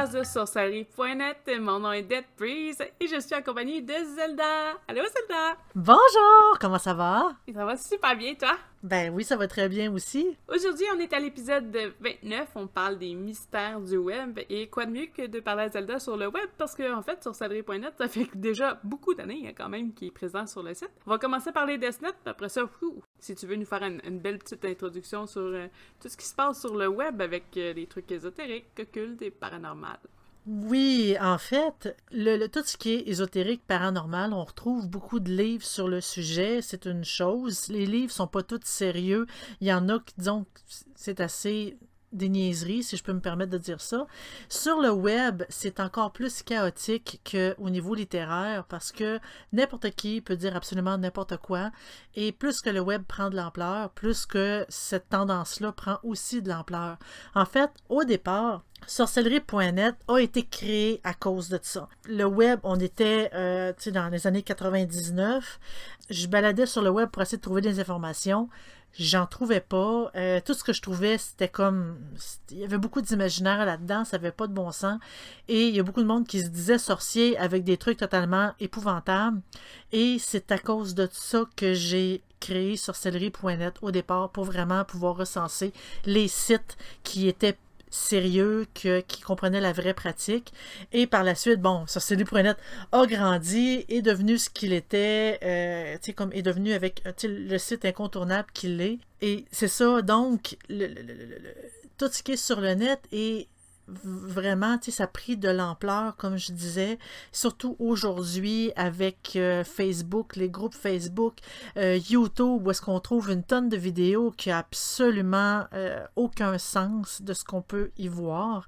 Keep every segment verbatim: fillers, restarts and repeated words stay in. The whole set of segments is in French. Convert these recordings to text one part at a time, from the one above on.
podcast de sorcellerie point net. Mon nom est Dead Breeze et je suis accompagnée de Zelda. Allô Zelda! Bonjour! Comment ça va? Ça va super bien, toi? Ben oui, ça va très bien aussi. Aujourd'hui, on est à l'épisode vingt-neuf. On parle des mystères du web. Et quoi de mieux que de parler à Zelda sur le web? Parce qu'en en fait, sorcellerie point net, ça fait déjà beaucoup d'années hein, quand même qu'il est présent sur le site. On va commencer par les Deathnet. Après ça, fou, si tu veux nous faire une, une belle petite introduction sur euh, tout ce qui se passe sur le web avec euh, les trucs ésotériques, occultes et paranormales. Oui, en fait, le, le- tout ce qui est ésotérique, paranormal, on retrouve beaucoup de livres sur le sujet, c'est une chose. Les livres sont pas tous sérieux. Il y en a qui, disons, que c'est assez des niaiseries, si je peux me permettre de dire ça. Sur le web, c'est encore plus chaotique qu'au niveau littéraire parce que n'importe qui peut dire absolument n'importe quoi. Et plus que le web prend de l'ampleur, plus que cette tendance-là prend aussi de l'ampleur. En fait, au départ, sorcellerie point net a été créé à cause de ça. Le web, on était euh, tu sais, dans les années quatre-vingt-dix-neuf. Je baladais sur le web pour essayer de trouver des informations. J'en trouvais pas. Euh, tout ce que je trouvais, c'était comme... Il y avait beaucoup d'imaginaire là-dedans, ça avait pas de bon sens. Et il y a beaucoup de monde qui se disait sorcier avec des trucs totalement épouvantables. Et c'est à cause de ça que j'ai créé sorcellerie point net au départ pour vraiment pouvoir recenser les sites qui étaient sérieux, que, qui comprenaient la vraie pratique. Et par la suite, bon, sorcellerie point net a grandi, est devenu ce qu'il était, euh, tu sais, comme est devenu avec tu sais, le site incontournable qu'il est. Et c'est ça, donc, le, le- le- le- le- tout ce qui est sur le net est vraiment, tu sais, ça a pris de l'ampleur, comme je disais, surtout aujourd'hui avec euh, Facebook, les groupes Facebook, euh, YouTube, où est-ce qu'on trouve une tonne de vidéos qui a absolument euh, aucun sens de ce qu'on peut y voir.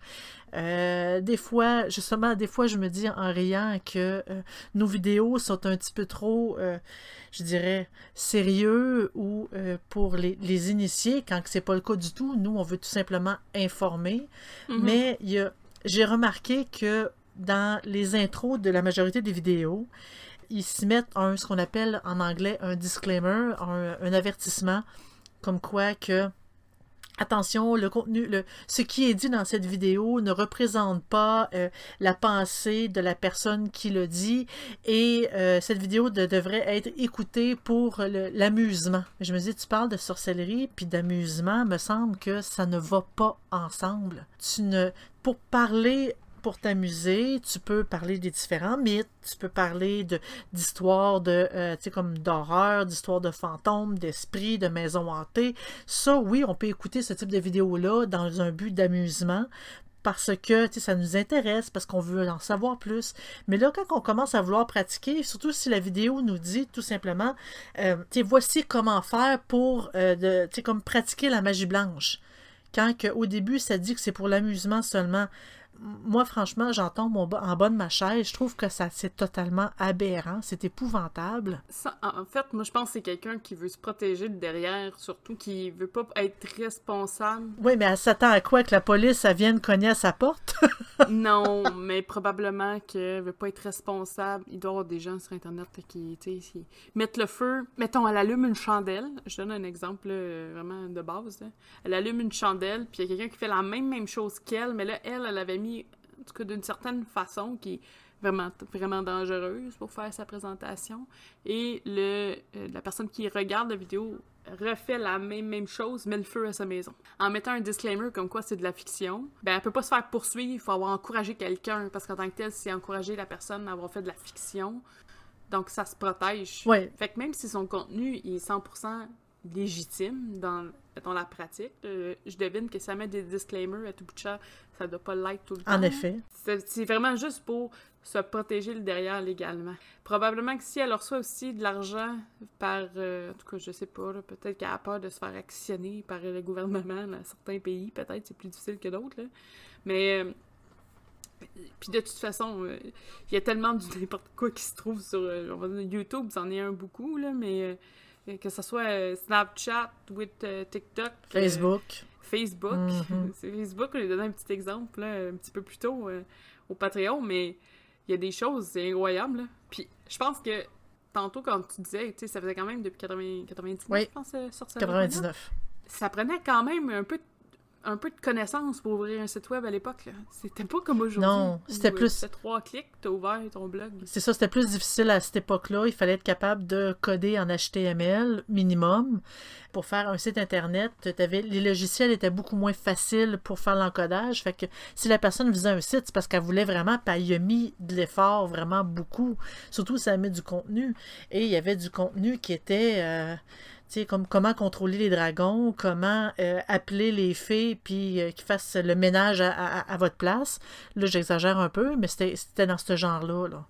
Euh, des fois, justement, des fois, je me dis en riant que euh, nos vidéos sont un petit peu trop, euh, je dirais, sérieux ou euh, pour les, les initiés, quand c'est pas le cas du tout. Nous, on veut tout simplement informer. Mm-hmm. Mais il y a, j'ai remarqué que dans les intros de la majorité des vidéos, ils s'y mettent un, ce qu'on appelle en anglais un disclaimer, un, un avertissement, comme quoi que attention, le contenu, le, ce qui est dit dans cette vidéo ne représente pas euh, la pensée de la personne qui le dit et euh, cette vidéo de- devrait être écoutée pour le- l'amusement. Je me dis, tu parles de sorcellerie puis d'amusement, me semble que ça ne va pas ensemble. Tu ne, pour parler pour t'amuser, tu peux parler des différents mythes, tu peux parler de d'histoires de, euh, tu sais, comme d'horreur, d'histoires de fantômes, d'esprits, de maisons hantées. Ça, oui, on peut écouter ce type de vidéo-là dans un but d'amusement parce que, tu sais, ça nous intéresse, parce qu'on veut en savoir plus. Mais là, quand on commence à vouloir pratiquer, surtout si la vidéo nous dit tout simplement, euh, tu sais, voici comment faire pour, euh, de, tu sais, comme pratiquer la magie blanche. Quand que, au début, ça dit que c'est pour l'amusement seulement. Moi, franchement, j'entends mon bas- en bas de ma chaise. Je trouve que ça c'est totalement aberrant. C'est épouvantable. Ça, en en fait, moi, je pense que c'est quelqu'un qui veut se protéger de derrière, surtout qui veut pas être responsable. Oui, mais elle s'attend à quoi? Que la police, elle vienne cogner à sa porte? Non, mais probablement qu'elle veut pas être responsable. Il doit y avoir des gens sur Internet là, qui, tu sais, qui mettent le feu. Mettons, elle allume une chandelle. Je donne un exemple là, vraiment de base. Là. Elle allume une chandelle, puis il y a quelqu'un qui fait la même, même chose qu'elle, mais là, elle, elle avait mis, en tout cas d'une certaine façon, qui est vraiment, vraiment dangereuse pour faire sa présentation. Et le, euh, la personne qui regarde la vidéo refait la même, même chose, met le feu à sa maison. En mettant un disclaimer comme quoi c'est de la fiction, ben elle peut pas se faire poursuivre, il faut avoir encouragé quelqu'un, parce qu'en tant que tel, c'est encourager la personne à avoir fait de la fiction, donc ça se protège. Ouais. Fait que même si son contenu est cent pour cent légitime dans, dans la pratique, euh, je devine que ça met des disclaimers à tout bout de champ, ça doit pas l'être tout le temps. En effet. C'est, c'est vraiment juste pour se protéger le derrière légalement. Probablement que si elle reçoit aussi de l'argent par, euh, en tout cas, je sais pas, là, peut-être qu'elle a peur de se faire actionner par le gouvernement dans certains pays, peut-être, c'est plus difficile que d'autres, là. Mais, euh, puis de toute façon, il euh, y a tellement du n'importe quoi qui se trouve sur, euh, on va dire, YouTube, c'en est un beaucoup, là, mais euh, que ce soit euh, Snapchat, with, euh, TikTok, Facebook. Euh, Facebook. Mm-hmm. C'est Facebook, on lui donné un petit exemple, là, un petit peu plus tôt euh, au Patreon, mais il y a des choses, c'est incroyable, là. Puis je pense que tantôt, quand tu disais, tu sais, ça faisait quand même depuis quatre-vingts, quatre-vingt-dix-neuf, oui. je pense, euh, sur quatre-vingt-dix-neuf. Ça prenait quand même un peu un peu de connaissances pour ouvrir un site web à l'époque, là. C'était pas comme aujourd'hui. Non, c'était où, plus... Euh, tu fais trois clics, t'as ouvert ton blog. C'est ça, c'était plus difficile à cette époque-là. Il fallait être capable de coder en H T M L minimum. Pour faire un site Internet, t'avais... les logiciels étaient beaucoup moins faciles pour faire l'encodage. Fait que si la personne faisait un site, c'est parce qu'elle voulait vraiment, puis elle y a mis de l'effort vraiment beaucoup. Surtout si elle met du contenu. Et il y avait du contenu qui était... Euh... Tu sais, comme comment contrôler les dragons, comment euh, appeler les fées, puis euh, qu'ils fassent le ménage à, à, à votre place. Là, j'exagère un peu, mais c'était, c'était dans ce genre-là. Là.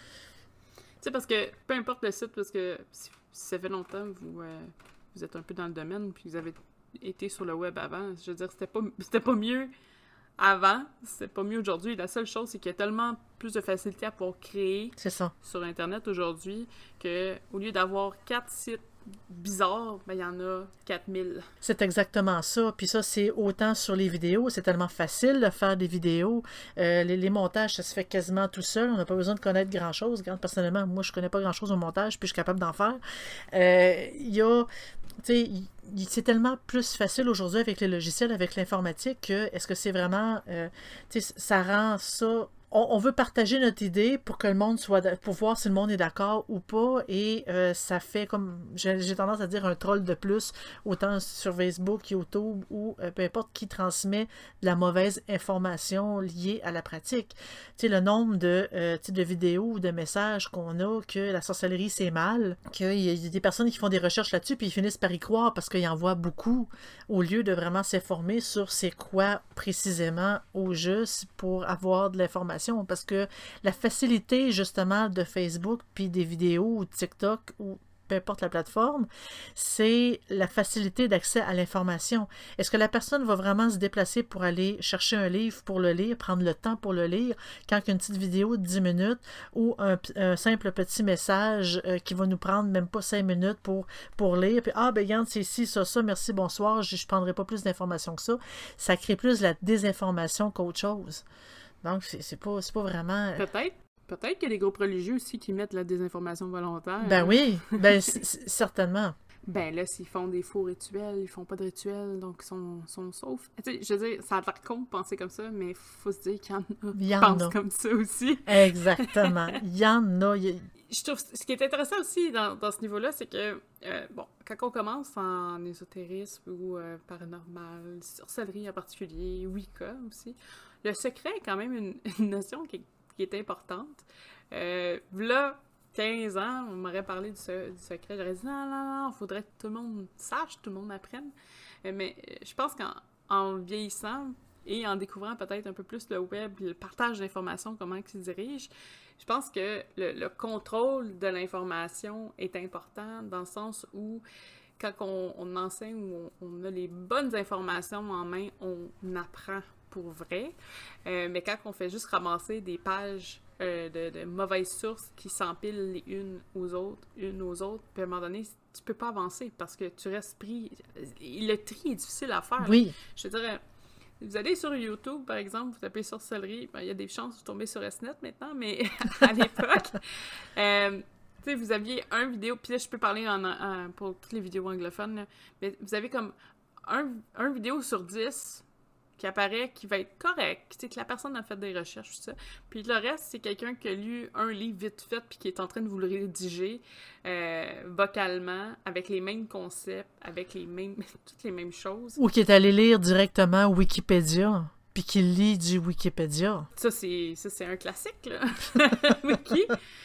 Tu sais, parce que peu importe le site, parce que si, si ça fait longtemps que vous, euh, vous êtes un peu dans le domaine, puis vous avez été sur le web avant, je veux dire, c'était pas, c'était pas mieux avant, c'était pas mieux aujourd'hui. La seule chose, c'est qu'il y a tellement plus de facilité à pouvoir créer C'est ça. sur Internet aujourd'hui qu'au lieu d'avoir quatre sites bizarre, ben il y en a quatre mille. C'est exactement ça. Puis ça, c'est autant sur les vidéos. C'est tellement facile de faire des vidéos. Euh, les, les montages, ça se fait quasiment tout seul. On n'a pas besoin de connaître grand-chose. Personnellement, moi, je connais pas grand-chose au montage, puis je suis capable d'en faire. Euh, Il y a... Tu sais, c'est tellement plus facile aujourd'hui avec les logiciels, avec l'informatique, que est-ce que c'est vraiment... Euh, tu sais, ça rend ça... On veut partager notre idée pour que le monde soit, pour voir si le monde est d'accord ou pas, et euh, ça fait comme, j'ai, j'ai tendance à dire un troll de plus, autant sur Facebook, YouTube ou euh, peu importe qui transmet de la mauvaise information liée à la pratique. Tu sais, le nombre de, euh, de vidéos ou de messages qu'on a que la sorcellerie c'est mal, qu'il y a des personnes qui font des recherches là-dessus puis ils finissent par y croire parce qu'ils en voient beaucoup au lieu de vraiment s'informer sur c'est quoi précisément au juste pour avoir de l'information. Parce que la facilité justement de Facebook puis des vidéos ou de TikTok ou peu importe la plateforme, c'est la facilité d'accès à l'information. Est-ce que la personne va vraiment se déplacer pour aller chercher un livre pour le lire, prendre le temps pour le lire, quand une petite vidéo de dix minutes ou un, un simple petit message euh, qui va nous prendre même pas cinq minutes pour, pour lire, puis ah ben regarde, c'est ici, ça, ça, merci, bonsoir, je ne prendrai pas plus d'informations que ça. Ça crée plus la désinformation qu'autre chose. Donc, c'est, c'est, pas, c'est pas vraiment... Peut-être. Peut-être qu'il y a des groupes religieux aussi qui mettent la désinformation volontaire. Ben hein? oui, ben c- c- certainement. Ben là, s'ils font des faux rituels, ils font pas de rituels, donc ils sont, sont saufs. Tu sais, je veux dire, ça a l'air con de penser comme ça, mais faut se dire qu'il y en a Il y qui en pensent a. comme ça aussi. Exactement. Il y en a. Il y a- Je trouve, ce qui est intéressant aussi dans, dans ce niveau-là, c'est que, euh, bon, quand on commence en ésotérisme ou euh, paranormal, sorcellerie en particulier, Wicca aussi, le secret est quand même une, une notion qui, qui est importante. Euh, là, quinze ans, on m'aurait parlé du, se- du secret, j'aurais dit non, non, non, il faudrait que tout le monde sache, tout le monde apprenne. Euh, mais euh, je pense qu'en en vieillissant et en découvrant peut-être un peu plus le web, le partage d'informations, comment il se dirige, je pense que le, le contrôle de l'information est important dans le sens où quand on, on enseigne ou on, on a les bonnes informations en main, on apprend pour vrai. Euh, mais quand on fait juste ramasser des pages euh, de, de mauvaises sources qui s'empilent les unes aux autres, une aux autres, puis à un moment donné, tu peux pas avancer parce que tu restes pris. Le tri est difficile à faire. Oui. Je veux dire, vous allez sur YouTube, par exemple, vous tapez sorcellerie, ben, il y a des chances de tomber sur S Net maintenant, mais à l'époque, euh, tu sais, vous aviez un vidéo, puis là, je peux parler en, en- pour toutes les vidéos anglophones, là, mais vous avez comme un, un vidéo sur dix qui apparaît, qui va être correct, tu sais, que la personne a fait des recherches, tout ça. Puis le reste, c'est quelqu'un qui a lu un livre vite fait, puis qui est en train de vous le rédiger euh, vocalement, avec les mêmes concepts, avec les mêmes, toutes les mêmes choses. Ou qui est allé lire directement Wikipédia, puis qui lit du Wikipédia. Ça, c'est, ça, c'est un classique, là. Wiki.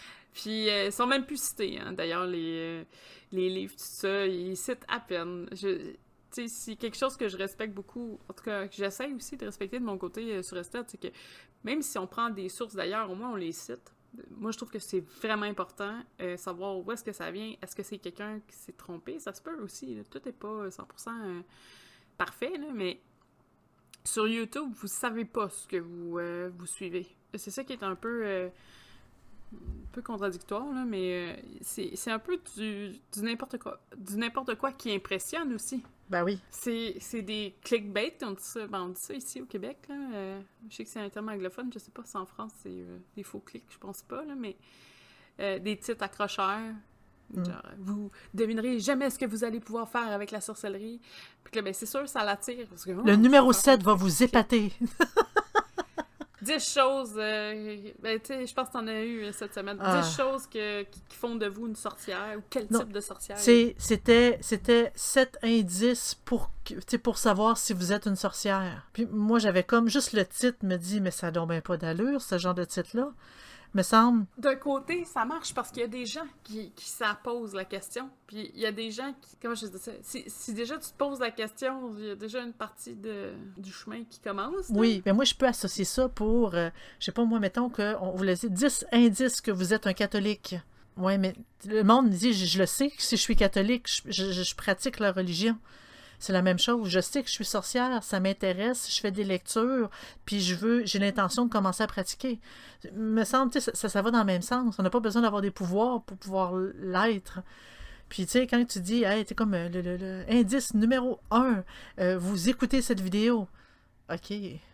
Puis, euh, ils sont même plus cités, hein. D'ailleurs, les, euh, les livres, tout ça, ils citent à peine. Je, tu sais, c'est quelque chose que je respecte beaucoup, en tout cas, que j'essaie aussi de respecter de mon côté euh, sur Estet, c'est que même si on prend des sources d'ailleurs, au moins on les cite. Moi, je trouve que c'est vraiment important, euh, savoir où est-ce que ça vient. Est-ce que c'est quelqu'un qui s'est trompé? Ça se peut aussi, là. Tout n'est pas cent pour cent euh, parfait, là, mais sur YouTube, vous savez pas ce que vous, euh, vous suivez. C'est ça qui est un peu... euh, un peu contradictoire, là, mais euh, c'est, c'est un peu du, du n'importe quoi, du n'importe quoi qui impressionne aussi. Ben oui. C'est, c'est des clickbait, on dit ça, ben on dit ça ici au Québec, là. Euh, je sais que c'est un terme anglophone, je sais pas si en France c'est euh, des faux clics, je pense pas, là, mais euh, des titres accrocheurs Mm. Genre, vous devinerez jamais ce que vous allez pouvoir faire avec la sorcellerie. Puis là, ben, c'est sûr, ça l'attire. Parce que, oh, Le numéro sept va vous épater. dix choses, euh, ben, tu sais, je pense que t'en as eu cette semaine. Ah. dix choses que, qui, qui font de vous une sorcière, ou quel Non, type de sorcière. C'est, c'était, c'était sept indices pour, que- pour savoir si vous êtes une sorcière. Puis moi, j'avais comme juste le titre, me dit, mais ça donne bien pas d'allure, ce genre de titre-là. Me semble. D'un côté, ça marche parce qu'il y a des gens qui, qui ça pose la question. Puis il y a des gens qui. Comment je dis ça? Si, si déjà tu te poses la question, il y a déjà une partie de, du chemin qui commence. Là. Oui, mais moi, je peux associer ça pour, euh, je sais pas, moi, mettons qu'on vous laisse dix indices que vous êtes un catholique. Oui, mais le monde dit, je, je le sais que si je suis catholique, je, je, je pratique la religion. C'est la même chose. Je sais que je suis sorcière, ça m'intéresse, je fais des lectures, puis je veux, j'ai l'intention de commencer à pratiquer. Me semble, tu sais, ça, ça va dans le même sens. On n'a pas besoin d'avoir des pouvoirs pour pouvoir l'être. Puis, tu sais, quand tu dis, hey, tu comme euh, le, le, le indice numéro un, euh, vous écoutez cette vidéo. OK.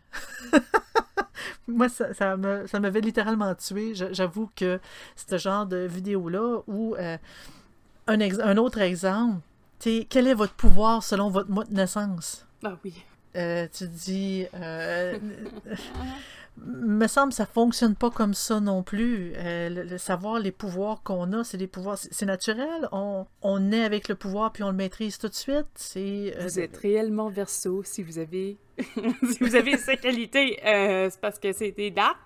Moi, ça, ça, me, ça m'avait littéralement tué. J'avoue que ce genre de vidéo-là, où euh, un, ex- un autre exemple, t'sais, quel est votre pouvoir selon votre mois de naissance? Ah oui. Euh, tu dis... Euh, me semble que ça fonctionne pas comme ça non plus. Euh, le, le savoir les pouvoirs qu'on a, c'est des pouvoirs... C'est, c'est naturel. On, on est avec le pouvoir puis on le maîtrise tout de suite. C'est, euh, Vous êtes réellement Verseau si vous avez... si vous avez ces qualités. Euh, c'est parce que c'est des dates.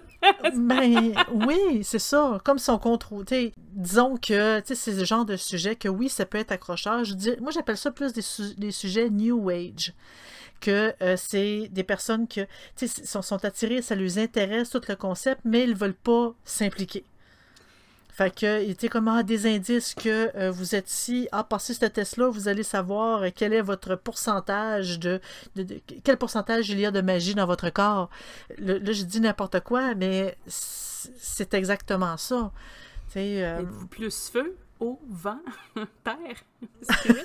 Ben oui, c'est ça. Comme si on contrôle. T'sais, disons que c'est ce genre de sujet que oui, ça peut être accrocheur. Je dis, moi, j'appelle ça plus des, su- des sujets New Age. Que euh, c'est des personnes qui sont, sont attirées, ça les intéresse, tout le concept, mais ils ne veulent pas s'impliquer. Fait que, il était comme ah, des indices que euh, vous êtes ici, ah, passez ce test-là, vous allez savoir euh, quel est votre pourcentage de, de, de. Quel pourcentage il y a de magie dans votre corps. Le, là, je dis n'importe quoi, mais c'est exactement ça. Euh... Êtes-vous plus feu, eau, vent, terre, spirit?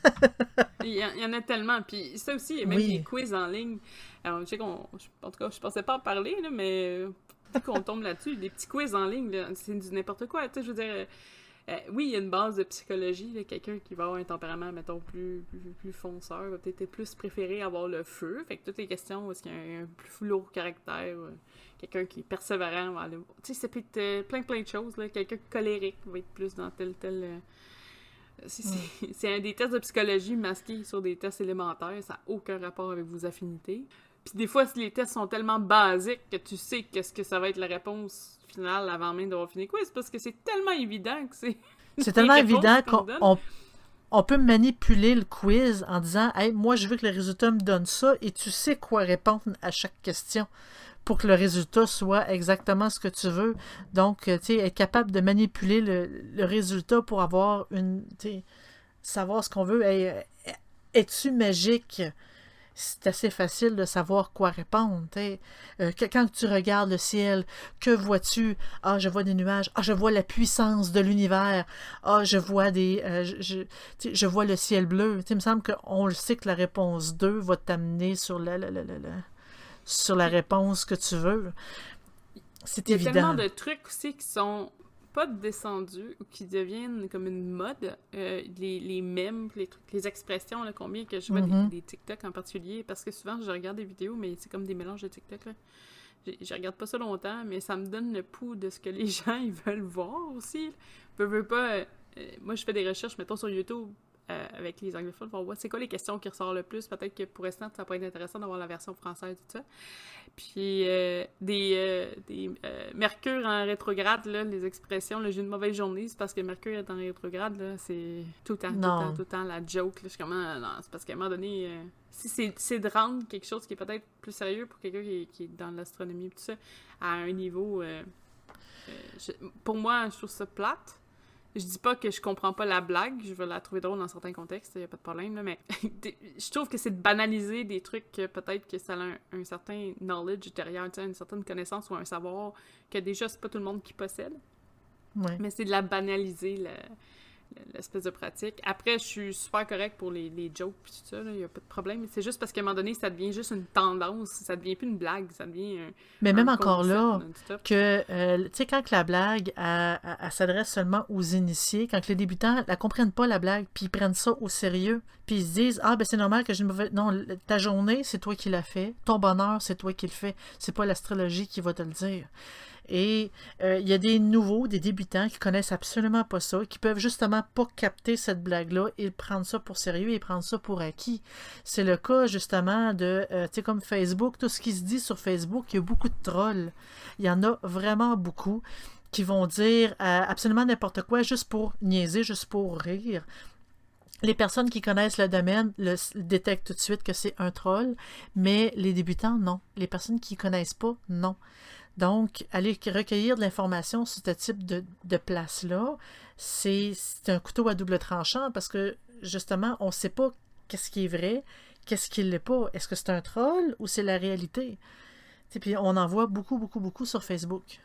Il y, en, il y en a tellement. Puis ça aussi, il y a même oui. des quiz en ligne. Alors, je sais qu'on. En tout cas, je pensais pas en parler, là, mais dès qu'on tombe là-dessus, des petits quiz en ligne, là, c'est du n'importe quoi. Tu sais, je veux dire. Euh, oui, il y a une base de psychologie. Là, quelqu'un qui va avoir un tempérament, mettons, plus, plus, plus fonceur, va peut-être plus préférer avoir le feu. Fait que toutes les questions, est-ce qu'il y a un, un plus lourd caractère, euh, quelqu'un qui est persévérant, va aller. Tu sais, ça peut être euh, plein, plein de choses. Là. Quelqu'un colérique va être plus dans tel, tel. Euh, C'est, c'est, c'est un des tests de psychologie masqués sur des tests élémentaires. Ça n'a aucun rapport avec vos affinités. Puis des fois, si les tests sont tellement basiques que tu sais qu'est-ce que ça va être la réponse finale avant même d'avoir fini quoi, c'est parce que c'est tellement évident que c'est... C'est tellement évident qu'on on, on peut manipuler le quiz en disant « Hey, moi, je veux que le résultat me donne ça » et tu sais quoi répondre à chaque question pour que le résultat soit exactement ce que tu veux. Donc, tu sais, être capable de manipuler le, le résultat pour avoir une... Tu sais, savoir ce qu'on veut. Hey, es-tu magique? C'est assez facile de savoir quoi répondre. Euh, que, quand tu regardes le ciel, que vois-tu? Ah, je vois des nuages. Ah, je vois la puissance de l'univers. Ah, je vois des... Euh, je, je, je vois le ciel bleu. T'sais, il me semble qu'on le sait que la réponse deux va t'amener sur la... la, la, la, la sur la réponse que tu veux. C'est évident. Il y a tellement de trucs aussi qui sont pas descendus ou qui deviennent comme une mode. Euh, les, les mèmes, les trucs, les expressions, là, combien que je vois mm-hmm. des, des TikTok en particulier, parce que souvent je regarde des vidéos, mais c'est comme des mélanges de TikTok. Là. Je, je regarde pas ça longtemps, mais ça me donne le pouls de ce que les gens ils veulent voir aussi. Je veux pas... Euh, moi, je fais des recherches, mettons, sur YouTube, Euh, avec les anglophones, pour voir c'est quoi les questions qui ressortent le plus. Peut-être que pour l'instant, ça pourrait être intéressant d'avoir la version française, tout ça. Puis, euh, des, euh, des euh, Mercure en rétrograde, là, les expressions, là, j'ai une mauvaise journée, c'est parce que Mercure est en rétrograde, là, c'est tout le temps, tout le temps, tout le temps la joke. Là, je suis comme, ah, non, c'est parce qu'à un moment donné, euh, si c'est, c'est de rendre quelque chose qui est peut-être plus sérieux pour quelqu'un qui, qui est dans l'astronomie et tout ça, à un niveau... Euh, euh, je, pour moi, je trouve ça plate. Je dis pas que je comprends pas la blague, je vais la trouver drôle dans certains contextes, y a pas de problème, là, mais je trouve que c'est de banaliser des trucs que peut-être que ça a un, un certain knowledge derrière, une certaine connaissance ou un savoir que déjà c'est pas tout le monde qui possède. Ouais. Mais c'est de la banaliser, la, l'espèce de pratique. Après, je suis super correct pour les, les jokes et tout ça, il n'y a pas de problème. C'est juste parce qu'à un moment donné, ça devient juste une tendance, ça devient plus une blague, ça devient un, Mais un même encore là, non-stop. que, euh, tu sais, quand que la blague, elle, elle, elle s'adresse seulement aux initiés, quand que les débutants la comprennent pas, la blague, puis ils prennent ça au sérieux, puis ils se disent, ah, ben c'est normal que j'ai une mauvaise... Non, ta journée, c'est toi qui l'as fait, ton bonheur, c'est toi qui le fais, c'est pas l'astrologie qui va te le dire. Et euh, il y a des nouveaux, des débutants qui connaissent absolument pas ça, qui peuvent justement pas capter cette blague-là et prendre ça pour sérieux et prendre ça pour acquis. C'est le cas justement de, euh, tu sais, comme Facebook, tout ce qui se dit sur Facebook, il y a beaucoup de trolls. Il y en a vraiment beaucoup qui vont dire euh, absolument n'importe quoi juste pour niaiser, juste pour rire. Les personnes qui connaissent le domaine le, détectent tout de suite que c'est un troll, mais les débutants, non. Les personnes qui ne connaissent pas, non. Donc, aller recueillir de l'information sur ce type de, de place-là, c'est un couteau à double tranchant parce que, justement, on ne sait pas qu'est-ce qui est vrai, qu'est-ce qui ne l'est pas. Est-ce que c'est un troll ou c'est la réalité? Et puis, on en voit beaucoup, beaucoup, beaucoup sur Facebook.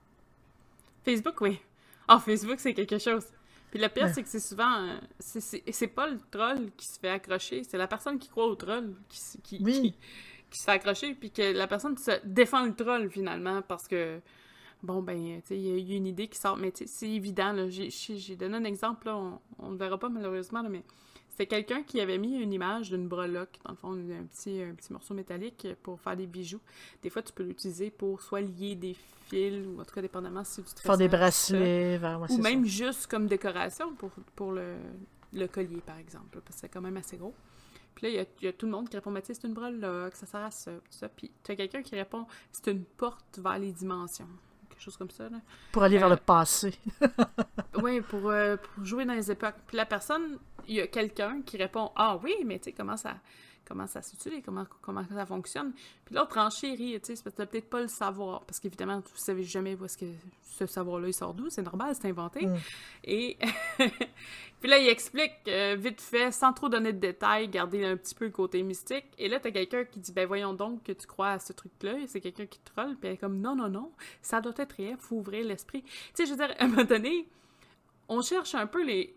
Facebook, oui. Ah, oh, Facebook, c'est quelque chose. Puis le pire, Ouais. c'est que c'est souvent... Euh, c'est pas le troll qui se fait accrocher, c'est la personne qui croit au troll qui, qui, Oui. qui, qui se fait accrocher, puis que la personne se défend le troll, finalement, parce que, bon, ben, tu sais, il y, y a une idée qui sort, mais tu sais, c'est évident, là. J'ai donné un exemple, là, on, on le verra pas, malheureusement, là, mais c'était quelqu'un qui avait mis une image d'une breloque, dans le fond, un petit, un petit morceau métallique pour faire des bijoux. Des fois, tu peux l'utiliser pour soit lier des fils, ou en tout cas, dépendamment si tu te Faire des bracelets, vers moi, ou même ça. juste comme décoration pour, pour le, le collier, par exemple, parce que c'est quand même assez gros. Puis là, il y a, il y a tout le monde qui répond, mais tu sais, c'est une breloque, ça sert à ça, tout ça. Puis tu as quelqu'un qui répond, c'est une porte vers les dimensions. Quelque chose comme ça, là. Pour aller Euh, vers le passé. Oui, pour, euh, pour jouer dans les époques. Puis la personne, il y a quelqu'un qui répond, ah oui, mais tu sais, comment ça... comment ça s'utilise, comment, comment ça fonctionne. Puis l'autre renchérit, tu sais, c'est peut-être peut-être pas le savoir, parce qu'évidemment, vous savez jamais où est-ce que ce savoir-là, il sort d'où, c'est normal, c'est inventé. Mm. Et puis là, il explique euh, vite fait, sans trop donner de détails, garder un petit peu le côté mystique. Et là, t'as quelqu'un qui dit, ben voyons donc que tu crois à ce truc-là, et c'est quelqu'un qui troll, puis elle est comme, non, non, non, ça doit être réel, faut ouvrir l'esprit. Tu sais, je veux dire, à un moment donné, on cherche un peu les...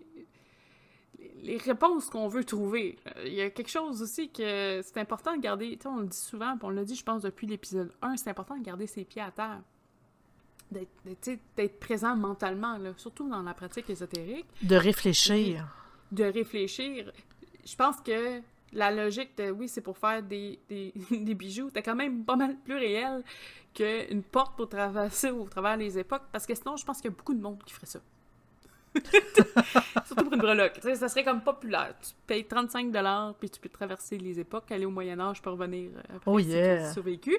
les réponses qu'on veut trouver. Il y a quelque chose aussi que c'est important de garder, tu sais, on le dit souvent, puis on l'a dit, je pense, depuis l'épisode un, c'est important de garder ses pieds à terre. D'être présent mentalement, là, surtout dans la pratique ésotérique. De réfléchir. De réfléchir. Je pense que la logique de, oui, c'est pour faire des, des, des bijoux, c'est quand même pas mal plus réel qu'une porte pour traverser au travers les époques, parce que sinon, je pense qu'il y a beaucoup de monde qui ferait ça. Surtout pour une breloque. T'sais, ça serait comme populaire. Tu payes trente-cinq dollars puis tu peux traverser les époques, aller au Moyen-Âge pour revenir après oh si yeah. tu as survécu.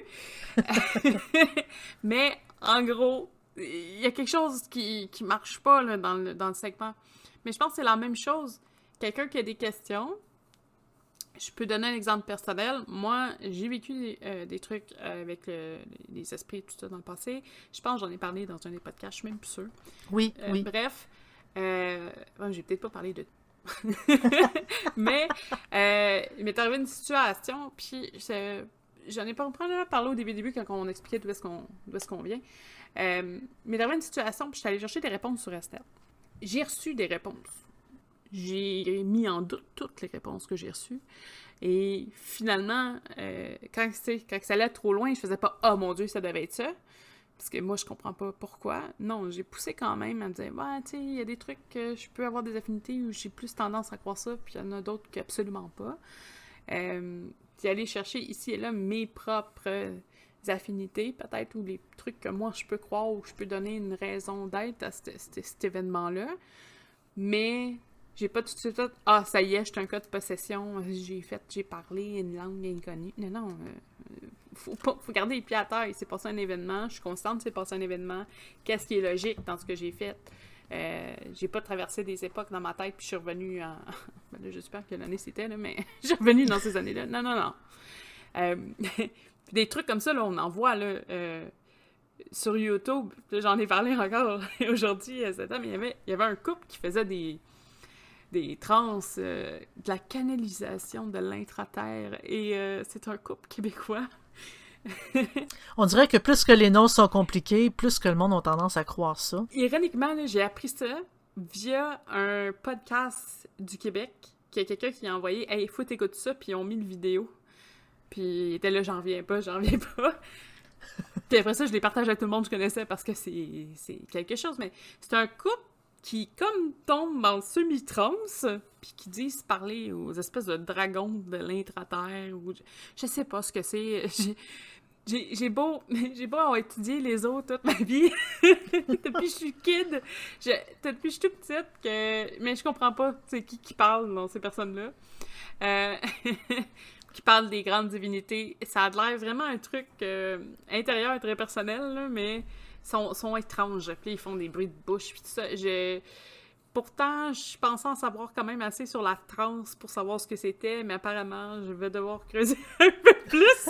Mais en gros, il y a quelque chose qui, qui marche pas là, dans, le, dans le segment. Mais je pense que c'est la même chose. Quelqu'un qui a des questions, je peux donner un exemple personnel. Moi, j'ai vécu des, euh, des trucs avec le, les esprits et tout ça dans le passé. Je pense que j'en ai parlé dans un des podcasts, je suis même plus sûre. Oui, Euh, oui. Bref, euh, bon, j'ai peut-être pas parlé de... mais euh, il m'est arrivé une situation, puis je- j'en ai pas probablement parlé au début, début quand on expliquait d'où est-ce qu'on d'où est-ce qu'on vient. Euh, il m'est arrivé une situation, puis je suis allée chercher des réponses sur Estelle. J'ai reçu des réponses. J'ai mis en doute toutes les réponses que j'ai reçues. Et finalement, euh, quand, quand ça allait trop loin, je faisais pas « Ah, oh, mon Dieu, ça devait être ça ». Parce que moi, je comprends pas pourquoi. Non, j'ai poussé quand même à me dire « Ouais, tu sais, il y a des trucs que je peux avoir des affinités où j'ai plus tendance à croire ça, puis il y en a d'autres qu'absolument pas. Euh, » Puis aller chercher ici et là mes propres affinités, peut-être, ou les trucs que moi, je peux croire, ou je peux donner une raison d'être à cet, cet, cet événement-là. Mais j'ai pas tout de suite « Ah, ça y est, je suis un cas de possession, j'ai fait, j'ai parlé une langue inconnue. » Non, non, euh, faut, pas, faut garder les pieds à terre. Il s'est passé un événement, je suis consciente qu'il s'est passé un événement. Qu'est-ce qui est logique dans ce que j'ai fait? Euh, j'ai pas traversé des époques dans ma tête, puis je suis revenue en... ben là, j'espère que l'année c'était, là, mais je suis revenue dans ces années-là. Non, non, non. Euh... des trucs comme ça, là, on en voit, là, euh, sur YouTube. J'en ai parlé encore aujourd'hui, cette mais il y avait, il y avait un couple qui faisait des... des trans, euh, de la canalisation de l'intraterre, et euh, c'est un couple québécois. On dirait que plus que les noms sont compliqués, plus que le monde a tendance à croire ça. Ironiquement, là, j'ai appris ça, via un podcast du Québec, qu'il y a quelqu'un qui a envoyé « Hey, faut t'écouter ça », puis ils ont mis le vidéo. Puis il était là « J'en reviens pas, j'en reviens pas ». Puis après ça, je les partage avec tout le monde que je connaissais parce que c'est, c'est quelque chose. Mais c'est un couple qui, comme, tombe en semi-trance, puis qui disent parler aux espèces de dragons de l'intra-terre, ou je, je sais pas ce que c'est. J'ai, j'ai, j'ai beau j'ai beau avoir étudié les autres toute ma vie, depuis que je suis kid, je, depuis que je suis toute petite, que, mais je comprends pas c'est qui qui parle dans ces personnes-là. Euh... qui parle des grandes divinités. Ça a l'air vraiment un truc euh, intérieur et très personnel, là, mais sont, sont étranges. Puis ils font des bruits de bouche, puis tout ça. Je... Pourtant, je pensais en savoir quand même assez sur la transe pour savoir ce que c'était, mais apparemment, je vais devoir creuser un peu plus.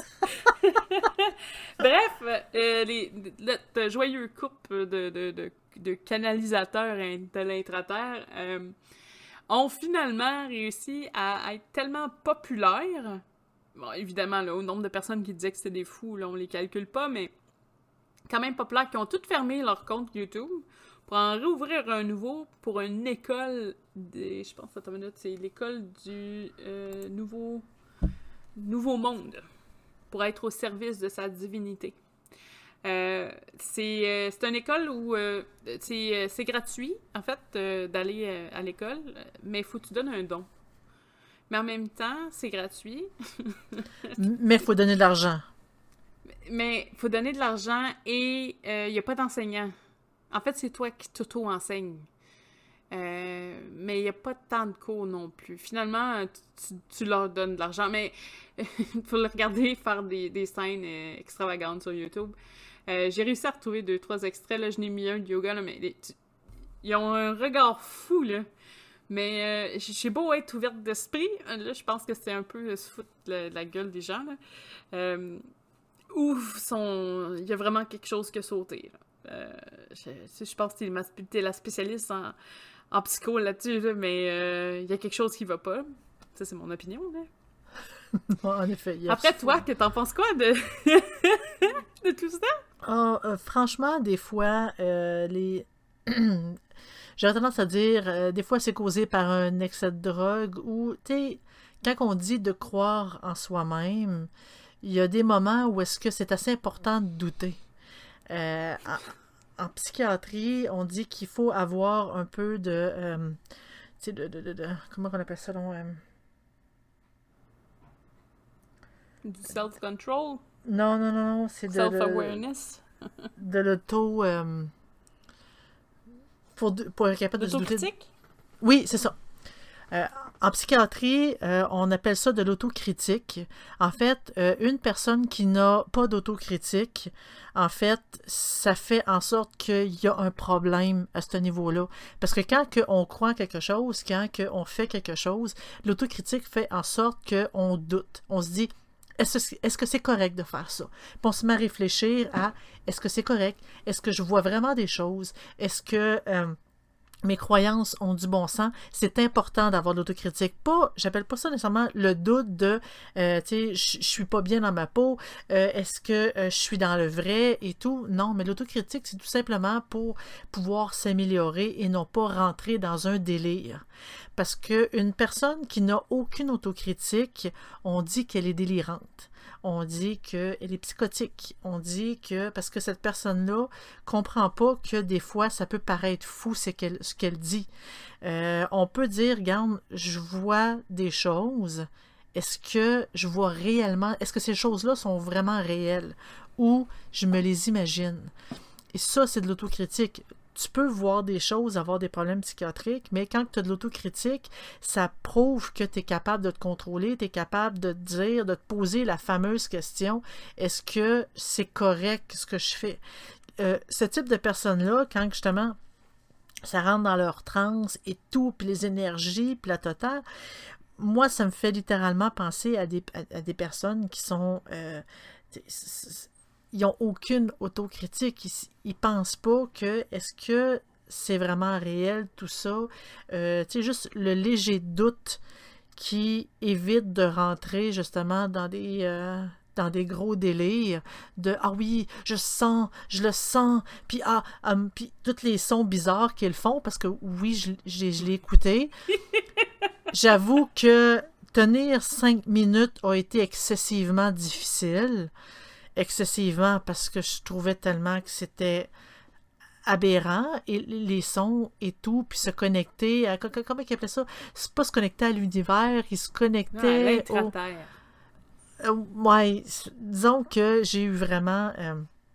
Bref, euh, les, le, le joyeux couple de, de, de, de canalisateurs de l'intra-terre euh, ont finalement réussi à être tellement populaires. Bon, évidemment, là, au nombre de personnes qui disaient que c'était des fous, là, on les calcule pas, mais quand même populaires, qui ont toutes fermé leur compte YouTube pour en rouvrir un nouveau pour une école, des, je pense, attends une minute, c'est l'école du euh, nouveau, nouveau monde, pour être au service de sa divinité. Euh, c'est, euh, c'est une école où euh, c'est, euh, c'est gratuit, en fait, euh, d'aller euh, à l'école, mais il faut que tu donnes un don. Mais en même temps, c'est gratuit. Mais il faut donner de l'argent. Mais il faut donner de l'argent et il euh, n'y a pas d'enseignant. En fait, c'est toi qui t'auto-enseignes. Euh, mais il n'y a pas tant de cours non plus. Finalement, tu, tu leur donnes de l'argent. Mais il faut le regarder faire des, des scènes euh, extravagantes sur YouTube. Euh, j'ai réussi à retrouver deux, trois extraits. Là, je n'ai mis un de yoga, là, mais les, tu, ils ont un regard fou, là. Mais euh, j'ai beau être ouverte d'esprit, là, je pense que c'est un peu se foutre de la, de la gueule des gens, là. Euh, ou son... il y a vraiment quelque chose qui a sauté, là. Euh, je, je pense que t'es la spécialiste en, en psycho là-dessus, là, mais euh, il y a quelque chose qui va pas. Ça, c'est mon opinion, là. Non, en effet. Après, toi, que t'en penses quoi de, de tout ça? Oh, euh, franchement, des fois, euh, les... J'aurais tendance à dire, euh, des fois, c'est causé par un excès de drogue ou, tu sais, quand on dit de croire en soi-même, il y a des moments où est-ce que c'est assez important de douter. Euh, en, en psychiatrie, on dit qu'il faut avoir un peu de... Euh, tu sais, de, de, de, de... Comment on appelle ça, non? Euh... Du self-control? Non, non, non, non, c'est de... Self-awareness? De, de l'auto... Euh... Pour, pour être capable de se douter... L'autocritique? Oui, c'est ça. Euh, en psychiatrie, euh, on appelle ça de l'autocritique. En fait, euh, une personne qui n'a pas d'autocritique, en fait, ça fait en sorte qu'il y a un problème à ce niveau-là. Parce que quand que on croit quelque chose, quand que on fait quelque chose, l'autocritique fait en sorte qu'on doute. On se dit, est-ce, est-ce que c'est correct de faire ça? Puis on se met à réfléchir à, est-ce que c'est correct? Est-ce que je vois vraiment des choses? Est-ce que... Euh, mes croyances ont du bon sens, c'est important d'avoir de l'autocritique. Pas, j'appelle pas ça nécessairement le doute de, euh, tu sais, je suis pas bien dans ma peau, euh, est-ce que euh, je suis dans le vrai et tout. Non, mais l'autocritique, c'est tout simplement pour pouvoir s'améliorer et non pas rentrer dans un délire. Parce qu'une personne qui n'a aucune autocritique, on dit qu'elle est délirante. On dit qu'elle est psychotique. On dit que, parce que cette personne-là comprend pas que des fois, ça peut paraître fou ce qu'elle, ce qu'elle dit. Euh, on peut dire, regarde, je vois des choses. Est-ce que je vois réellement, est-ce que ces choses-là sont vraiment réelles? Ou je me les imagine? Et ça, c'est de l'autocritique. Tu peux voir des choses, avoir des problèmes psychiatriques, mais quand tu as de l'autocritique, ça prouve que tu es capable de te contrôler, tu es capable de te dire, de te poser la fameuse question, est-ce que c'est correct ce que je fais? Euh, ce type de personnes-là, quand justement ça rentre dans leur transe et tout, puis les énergies, puis la totale, moi, ça me fait littéralement penser à des, à, à des personnes qui sont... Euh, ils n'ont aucune autocritique. Ils ne pensent pas que est-ce que c'est vraiment réel tout ça. Euh, tu sais, juste le léger doute qui évite de rentrer justement dans des, euh, dans des gros délires de « Ah oui, je sens, je le sens », puis ah, um, puis tous les sons bizarres qu'ils font, parce que oui, je, je, je l'ai écouté. J'avoue que tenir cinq minutes a été excessivement difficile. Excessivement, parce que je trouvais tellement que c'était aberrant, et les sons et tout, puis se connecter à... Comment ils appelaient ça? C'est pas se connecter à l'univers, ils se connectaient... Ouais, au... euh, ouais, disons que j'ai eu vraiment euh,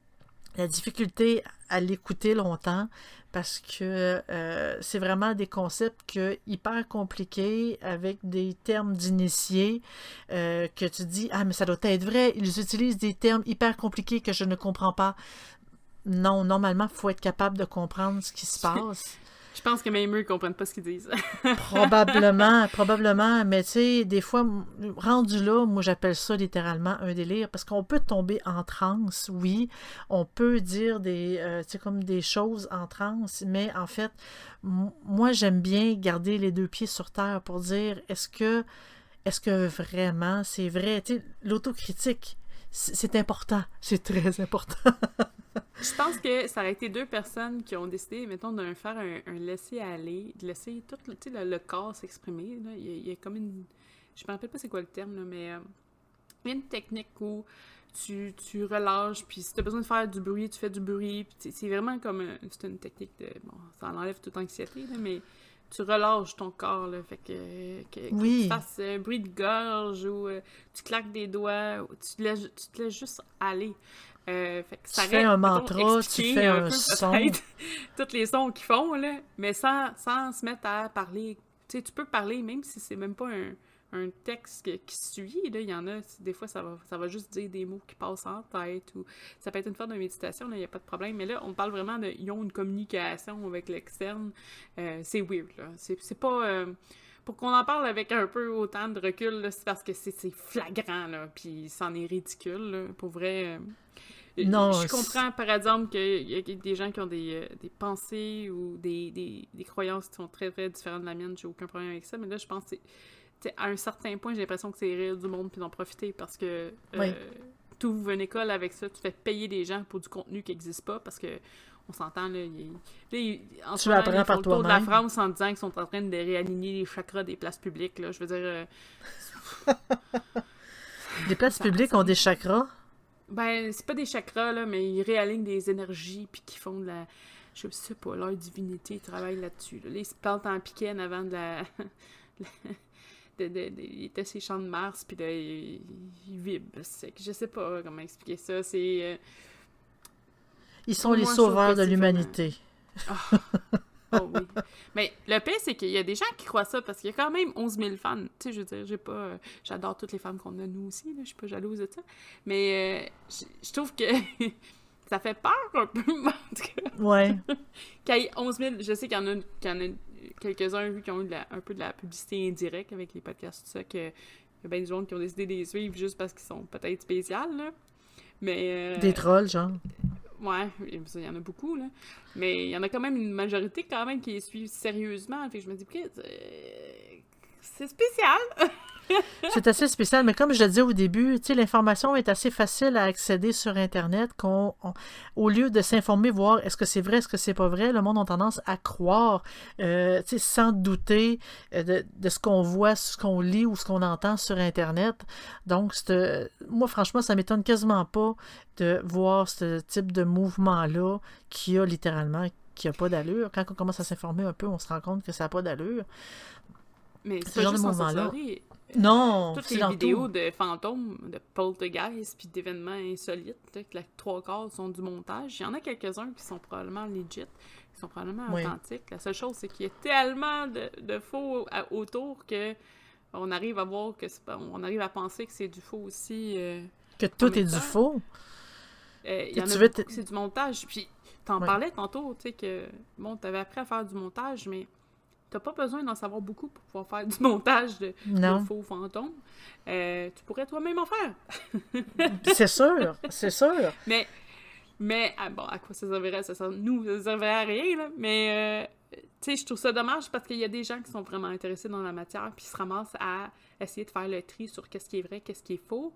la difficulté à l'écouter longtemps, parce que euh, c'est vraiment des concepts que, hyper compliqués, avec des termes d'initiés, euh, que tu dis « Ah, mais ça doit être vrai, ils utilisent des termes hyper compliqués que je ne comprends pas. » Non, normalement, il faut être capable de comprendre ce qui se passe. Je pense que même eux ne comprennent pas ce qu'ils disent. Probablement, probablement. Mais tu sais, des fois, rendu là, moi j'appelle ça littéralement un délire, parce qu'on peut tomber en transe, oui. On peut dire des, euh, tu sais, comme des choses en transe, mais en fait, m- moi j'aime bien garder les deux pieds sur terre pour dire, est-ce que, est-ce que vraiment c'est vrai? Tu sais, l'autocritique, c'est, c'est important. C'est très important. Je pense que ça aurait été deux personnes qui ont décidé, mettons, de faire un, un laisser-aller, de laisser tout le, le, le corps s'exprimer. Là. Il, y a, il y a comme une... Je me rappelle pas c'est quoi le terme, là, mais euh, il y a une technique où tu, tu relâches, puis si tu as besoin de faire du bruit, tu fais du bruit. Puis c'est vraiment comme... Un, c'est une technique de... Bon, ça enlève toute anxiété, là, mais tu relâches ton corps, là, fait que, que, oui. que tu fasses un bruit de gorge ou euh, tu claques des doigts, ou tu te laisses, tu te laisses juste aller. Euh, fait que ça tu fais un mantra, tu fais un, un peu, son. Tous les sons qu'ils font, là, mais sans, sans se mettre à parler. Tu sais, tu peux parler, même si c'est même pas un, un texte qui, qui suit, là, il y en a, des fois, ça va, ça va juste dire des mots qui passent en tête, ou ça peut être une forme de méditation, il n'y a pas de problème, mais là, on parle vraiment de, ils ont une communication avec l'externe, euh, c'est weird, là, c'est, c'est pas... Euh, pour qu'on en parle avec un peu autant de recul, là, c'est parce que c'est, c'est flagrant, là, puis c'en est ridicule, là, pour vrai... Euh, Non, je comprends, par exemple, qu'il y a des gens qui ont des, euh, des pensées ou des, des, des croyances qui sont très, très différentes de la mienne. J'ai aucun problème avec ça. Mais là, je pense que c'est... À un certain point, j'ai l'impression que c'est rire du monde puis d'en profiter parce que euh, oui. tu ouvres une école avec ça, tu fais payer des gens pour du contenu qui n'existe pas parce que on s'entend, là, il, là il, en tu ce moment, apprends ils font par le tour de toi-même. la France en disant qu'ils sont en train de réaligner les chakras des places publiques. Là. Je veux dire... Euh, les places ça, publiques ça, ont des chakras? Ben, c'est pas des chakras, là, mais ils réalignent des énergies, puis qui font de la... Je sais pas, leur divinité, ils travaillent là-dessus. Là. Là, ils se plantent en piquet en avant de la... de, de, de, ils étaient ces champs de Mars, puis là, ils, ils vibrent. C'est... Je sais pas comment expliquer ça, c'est... Euh... Ils sont les sauveurs de l'humanité. Oh. Oh oui. Mais le pire, c'est qu'il y a des gens qui croient ça parce qu'il y a quand même onze mille fans. Tu sais, je veux dire, j'ai pas... Euh, j'adore toutes les femmes qu'on a, nous aussi, là, je suis pas jalouse de ça. Mais euh, je trouve que ça fait peur un peu, en tout cas. Ouais. Qu'il y ait onze mille, je sais qu'il y en a, qu'il y en a quelques-uns, vu, qui ont eu de la, un peu de la publicité indirecte avec les podcasts, tout ça, qu'il y a bien du monde qui ont décidé de les suivre juste parce qu'ils sont peut-être spéciales, là. Mais... Euh, des trolls, genre. Ouais, il y en a beaucoup, là. Mais il y en a quand même une majorité, quand même, qui les suivent sérieusement. Fait que je me dis, euh, c'est spécial! C'est assez spécial, mais comme je le disais au début, tu sais, l'information est assez facile à accéder sur Internet, qu'on, on, au lieu de s'informer, voir est-ce que c'est vrai, est-ce que c'est pas vrai, le monde a tendance à croire, euh, tu sais, sans douter de, de ce qu'on voit, ce qu'on lit ou ce qu'on entend sur Internet. Donc, c'est, moi, franchement, ça m'étonne quasiment pas de voir ce type de mouvement-là qui a littéralement, qui a pas d'allure. Quand on commence à s'informer un peu, on se rend compte que ça n'a pas d'allure. Mais c'est ce pas genre juste de en mouvement-là. sorcellerie. Non, toutes c'est les dans vidéos tout. de fantômes, de poltergeist, puis d'événements insolites, là, que la trois quarts sont du montage. Il y en a quelques-uns qui sont probablement legit, qui sont probablement oui. authentiques. La seule chose, c'est qu'il y a tellement de, de faux à, autour que on arrive à voir que c'est pas, on arrive à penser que c'est du faux aussi. Euh, que tout est du faux. Euh, il y en a veux beaucoup que c'est du montage. Puis t'en oui. parlais tantôt, tu sais, que bon, t'avais appris à faire du montage, mais t'as pas besoin d'en savoir beaucoup pour pouvoir faire du montage de, de faux fantômes. Euh, tu pourrais toi-même en faire. C'est sûr, c'est sûr. Mais, mais ah, bon, à quoi ça servirait? Ça, ça nous, ça servirait à rien, là. Mais, euh, tu sais, je trouve ça dommage parce qu'il y a des gens qui sont vraiment intéressés dans la matière puis se ramassent à essayer de faire le tri sur qu'est-ce qui est vrai, qu'est-ce qui est faux.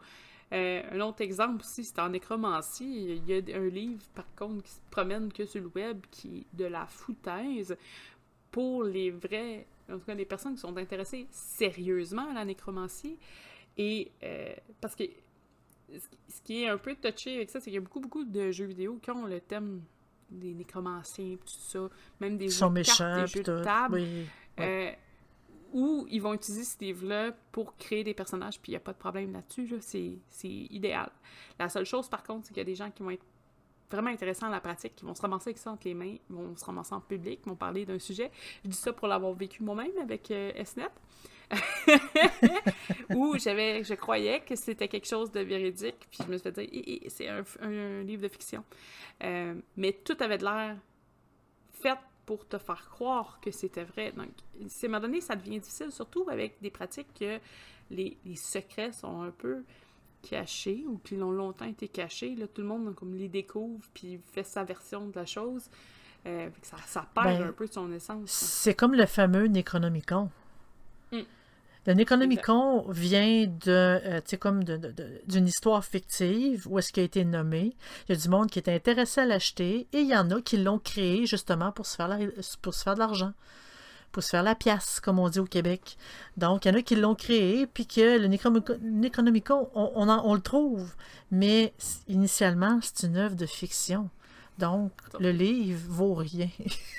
Euh, un autre exemple aussi, c'est en nécromancie. Il y a un livre, par contre, qui se promène que sur le web, qui est de la foutaise pour les vrais, en tout cas les personnes qui sont intéressées sérieusement à la nécromancie. Et euh, parce que ce qui est un peu touché avec ça, c'est qu'il y a beaucoup, beaucoup de jeux vidéo qui ont le thème des nécromanciens, tout ça, même des Ils jeux sont de cartes, méchants, des jeux puis de tout. table, Oui. euh, où ils vont utiliser ces livres-là pour créer des personnages, puis il n'y a pas de problème là-dessus, là, c'est, c'est idéal. La seule chose, par contre, c'est qu'il y a des gens qui vont être vraiment intéressants à la pratique, qui vont se ramasser avec ça entre les mains, vont se ramasser en public, vont parler d'un sujet. Je dis ça pour l'avoir vécu moi-même avec euh, S N E T. Où j'avais, je croyais que c'était quelque chose de véridique, puis je me suis fait dire, eh, eh, c'est un, un, un livre de fiction. Euh, mais tout avait de l'air fait pour te faire croire que c'était vrai. Donc, à un moment donné, ça devient difficile, surtout avec des pratiques que les, les secrets sont un peu cachés, ou qui ont longtemps été cachés. Là, tout le monde comme les découvre, puis fait sa version de la chose. Euh, ça, ça perd Ben, un peu de son essence. C'est comme le fameux Necronomicon. Mm. Le Necronomicon vient de, euh, tu sais, comme de, de, de, d'une histoire fictive où est-ce qu'il a été nommé. Il y a du monde qui est intéressé à l'acheter et il y en a qui l'ont créé justement pour se faire, la, pour se faire de l'argent, pour se faire la pièce, comme on dit au Québec. Donc, il y en a qui l'ont créé, puis que le Necronomicon, on, on, en, on le trouve, mais initialement, c'est une œuvre de fiction. Donc, le livre vaut rien.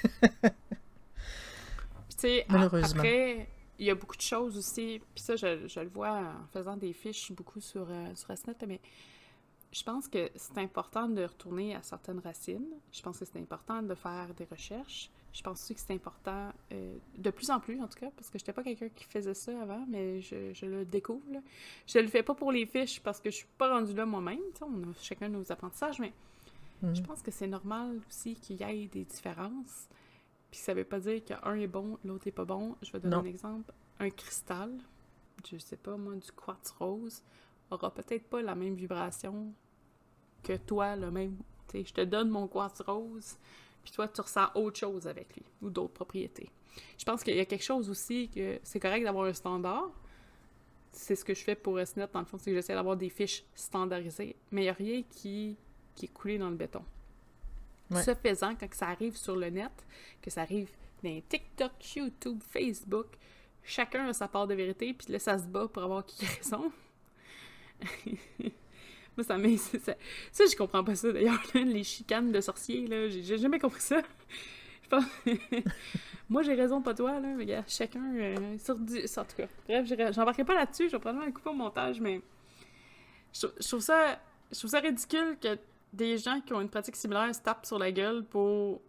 Malheureusement. Après, il y a beaucoup de choses aussi, puis ça, je, je le vois en faisant des fiches beaucoup sur, euh, sur S N E T, mais je pense que c'est important de retourner à certaines racines. Je pense que c'est important de faire des recherches. Je pense aussi que c'est important, euh, de plus en plus en tout cas, parce que je n'étais pas quelqu'un qui faisait ça avant, mais je, je le découvre. Là. Je le fais pas pour les fiches parce que je suis pas rendue là moi-même. On a chacun nos apprentissages, mais mm-hmm. je pense que c'est normal aussi qu'il y ait des différences. Puis ça veut pas dire qu'un est bon, l'autre est pas bon. Je vais donner non. un exemple. Un cristal, je sais pas moi, du quartz rose, aura peut-être pas la même vibration que toi, le même. Tu sais, je te donne mon quartz rose, puis toi, tu ressens autre chose avec lui, ou d'autres propriétés. Je pense qu'il y a quelque chose aussi que c'est correct d'avoir un standard. C'est ce que je fais pour S N E T, dans le fond, c'est que j'essaie d'avoir des fiches standardisées, mais il n'y a rien qui, qui est coulé dans le béton. Ouais. Ce faisant, quand ça arrive sur le net, que ça arrive dans TikTok, YouTube, Facebook, chacun a sa part de vérité, puis là, ça se bat pour avoir qui a raison. Moi, ça m'est... Ça, ça, ça, je comprends pas ça, d'ailleurs, là, les chicanes de sorciers, là, j'ai, j'ai jamais compris ça. Je pense... Moi, j'ai raison, pas toi, là, mais regarde, chacun... Euh, sur du... En tout cas, bref, j'embarquerai pas là-dessus, je vais probablement un coup au montage, mais... Je, je trouve ça... Je trouve ça ridicule que des gens qui ont une pratique similaire se tapent sur la gueule pour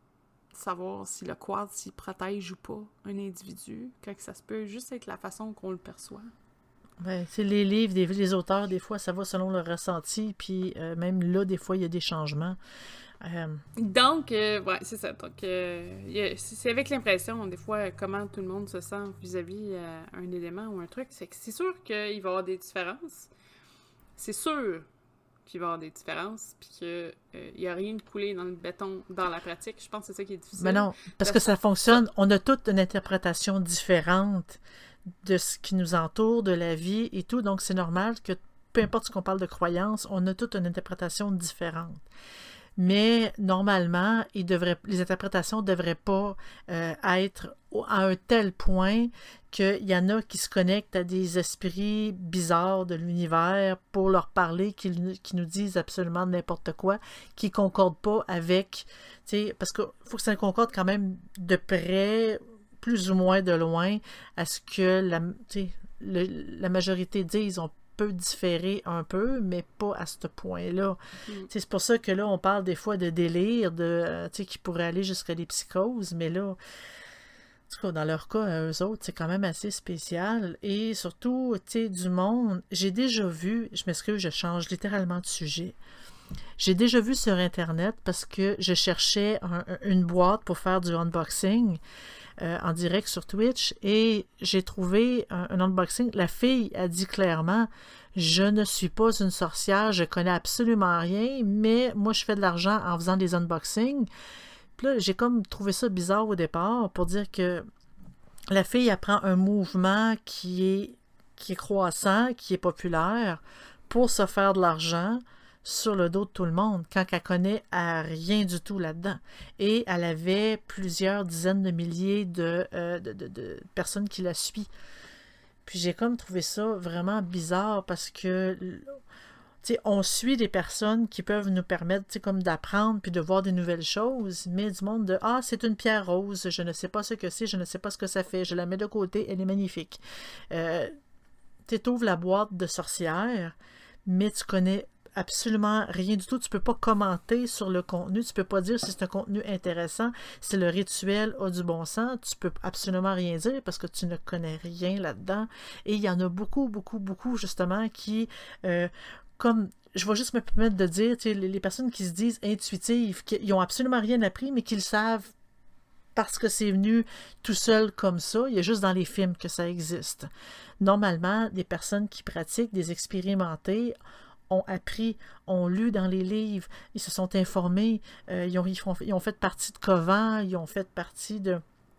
savoir si le quartz il protège ou pas un individu, quand ça se peut juste être la façon qu'on le perçoit. Ben, c'est les livres, des, les auteurs, des fois, ça va selon le ressenti, puis euh, même là, des fois, il y a des changements. Euh... Donc, euh, ouais, c'est ça. Donc, euh, y a, c'est avec l'impression, des fois, comment tout le monde se sent vis-à-vis euh, un élément ou un truc. C'est que c'est sûr qu'il va y avoir des différences. C'est sûr qu'il va y avoir des différences, puis qu'il n'y euh, a rien de coulé dans le béton dans la pratique. Je pense que c'est ça qui est difficile. Mais non, parce que ça fonctionne. On a toute une interprétation différente de ce qui nous entoure, de la vie et tout. Donc, c'est normal que, peu importe ce qu'on parle de croyance, on a toute une interprétation différente. Mais normalement, il devrait, les interprétations ne devraient pas euh, être à un tel point qu'il y en a qui se connectent à des esprits bizarres de l'univers pour leur parler, qui, qui nous disent absolument n'importe quoi, qui ne concordent pas avec... Parce qu'il faut que ça concorde quand même de près, plus ou moins de loin, à ce que la, le, la majorité disent. On peut différer un peu, mais pas à ce point-là. Mm. C'est pour ça que là, on parle des fois de délire, de, euh, qui pourrait aller jusqu'à des psychoses, mais là, en tout cas, dans leur cas, eux autres, c'est quand même assez spécial. Et surtout, tu sais, du monde, j'ai déjà vu, je m'excuse, je change littéralement de sujet, j'ai déjà vu sur Internet, parce que je cherchais un, une boîte pour faire du unboxing, Euh, en direct sur Twitch, et j'ai trouvé un, un unboxing. La fille a dit clairement, je ne suis pas une sorcière, je connais absolument rien, mais moi je fais de l'argent en faisant des unboxings. Puis là, j'ai comme trouvé ça bizarre au départ, pour dire que la fille apprend un mouvement qui est, qui est croissant, qui est populaire, pour se faire de l'argent sur le dos de tout le monde, quand elle connaît à rien du tout là-dedans. Et elle avait plusieurs dizaines de milliers de, euh, de, de, de personnes qui la suivent. Puis j'ai comme trouvé ça vraiment bizarre parce que t'sais, on suit des personnes qui peuvent nous permettre t'sais, comme d'apprendre puis de voir des nouvelles choses, mais du monde de «Ah, c'est une pierre rose, je ne sais pas ce que c'est, je ne sais pas ce que ça fait, je la mets de côté, elle est magnifique. Euh, » Tu ouvres la boîte de sorcière, mais tu connais absolument rien du tout. Tu peux pas commenter sur le contenu. Tu peux pas dire si c'est un contenu intéressant, si le rituel a du bon sens. Tu peux absolument rien dire parce que tu ne connais rien là-dedans. Et il y en a beaucoup, beaucoup, beaucoup, justement, qui, euh, comme... Je vais juste me permettre de dire, tu sais, les personnes qui se disent intuitives, qui n'ont absolument rien appris, mais qui le savent parce que c'est venu tout seul comme ça. Il y a juste dans les films que ça existe. Normalement, des personnes qui pratiquent, des expérimentés, ont appris, ont lu dans les livres, ils se sont informés, euh, ils, ont, ils, font, ils ont fait partie de covents, ils ont fait partie de,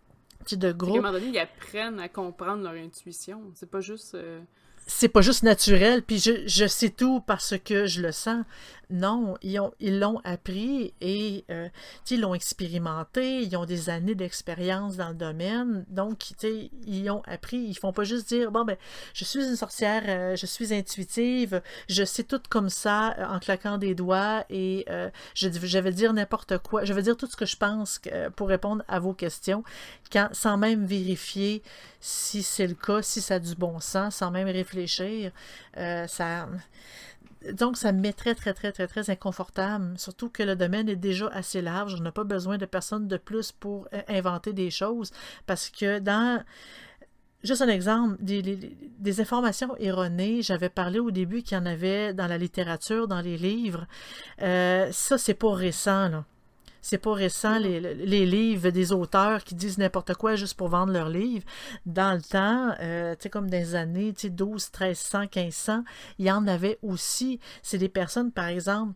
de groupes. À un moment donné, ils apprennent à comprendre leur intuition. C'est pas juste... Euh... C'est pas juste naturel, puis je, je sais tout parce que je le sens. Non, ils ont, ils l'ont appris et euh, ils l'ont expérimenté, ils ont des années d'expérience dans le domaine, donc ils ont appris, ils font pas juste dire, bon ben, je suis une sorcière, euh, je suis intuitive, je sais tout comme ça, euh, en claquant des doigts, et euh, je, je vais dire n'importe quoi, je vais dire tout ce que je pense euh, pour répondre à vos questions, quand, sans même vérifier si c'est le cas, si ça a du bon sens, sans même réfléchir, euh, ça... Donc, ça me met très, très, très, très, très inconfortable. Surtout que le domaine est déjà assez large. On n'a pas besoin de personne de plus pour inventer des choses. Parce que dans... Juste un exemple, des, des, des informations erronées, j'avais parlé au début qu'il y en avait dans la littérature, dans les livres. Euh, ça, c'est pas récent, là. C'est pas récent, les, les livres des auteurs qui disent n'importe quoi juste pour vendre leurs livres. Dans le temps, euh, tu sais, comme dans les années douze, treize cents, quinze cents, il y en avait aussi. C'est des personnes, par exemple,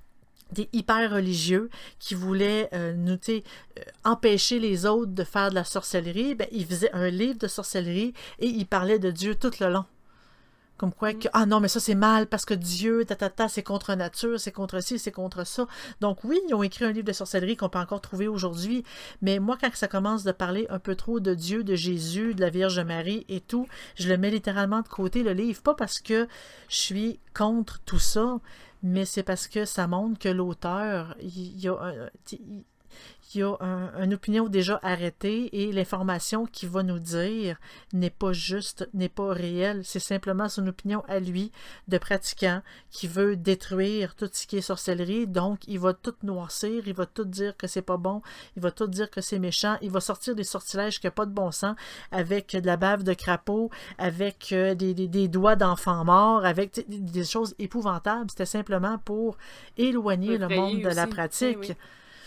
des hyper religieux qui voulaient euh, nous, euh, empêcher les autres de faire de la sorcellerie. Ben, ils faisaient un livre de sorcellerie et ils parlaient de Dieu tout le long. Comme quoi que, ah non, mais ça c'est mal parce que Dieu, ta, ta, ta, c'est contre nature, c'est contre ci, c'est contre ça. Donc oui, ils ont écrit un livre de sorcellerie qu'on peut encore trouver aujourd'hui, mais moi, quand ça commence de parler un peu trop de Dieu, de Jésus, de la Vierge Marie et tout, je le mets littéralement de côté, le livre, pas parce que je suis contre tout ça, mais c'est parce que ça montre que l'auteur, il y a un... Il, il y a un, une opinion déjà arrêtée et l'information qu'il va nous dire n'est pas juste, n'est pas réelle. C'est simplement son opinion à lui de pratiquant qui veut détruire tout ce qui est sorcellerie. Donc, il va tout noircir, il va tout dire que c'est pas bon, il va tout dire que c'est méchant, il va sortir des sortilèges qui n'ont pas de bon sens avec de la bave de crapaud, avec euh, des, des, des doigts d'enfants morts, avec des, des choses épouvantables. C'était simplement pour éloigner le monde de aussi. la pratique. Oui, oui.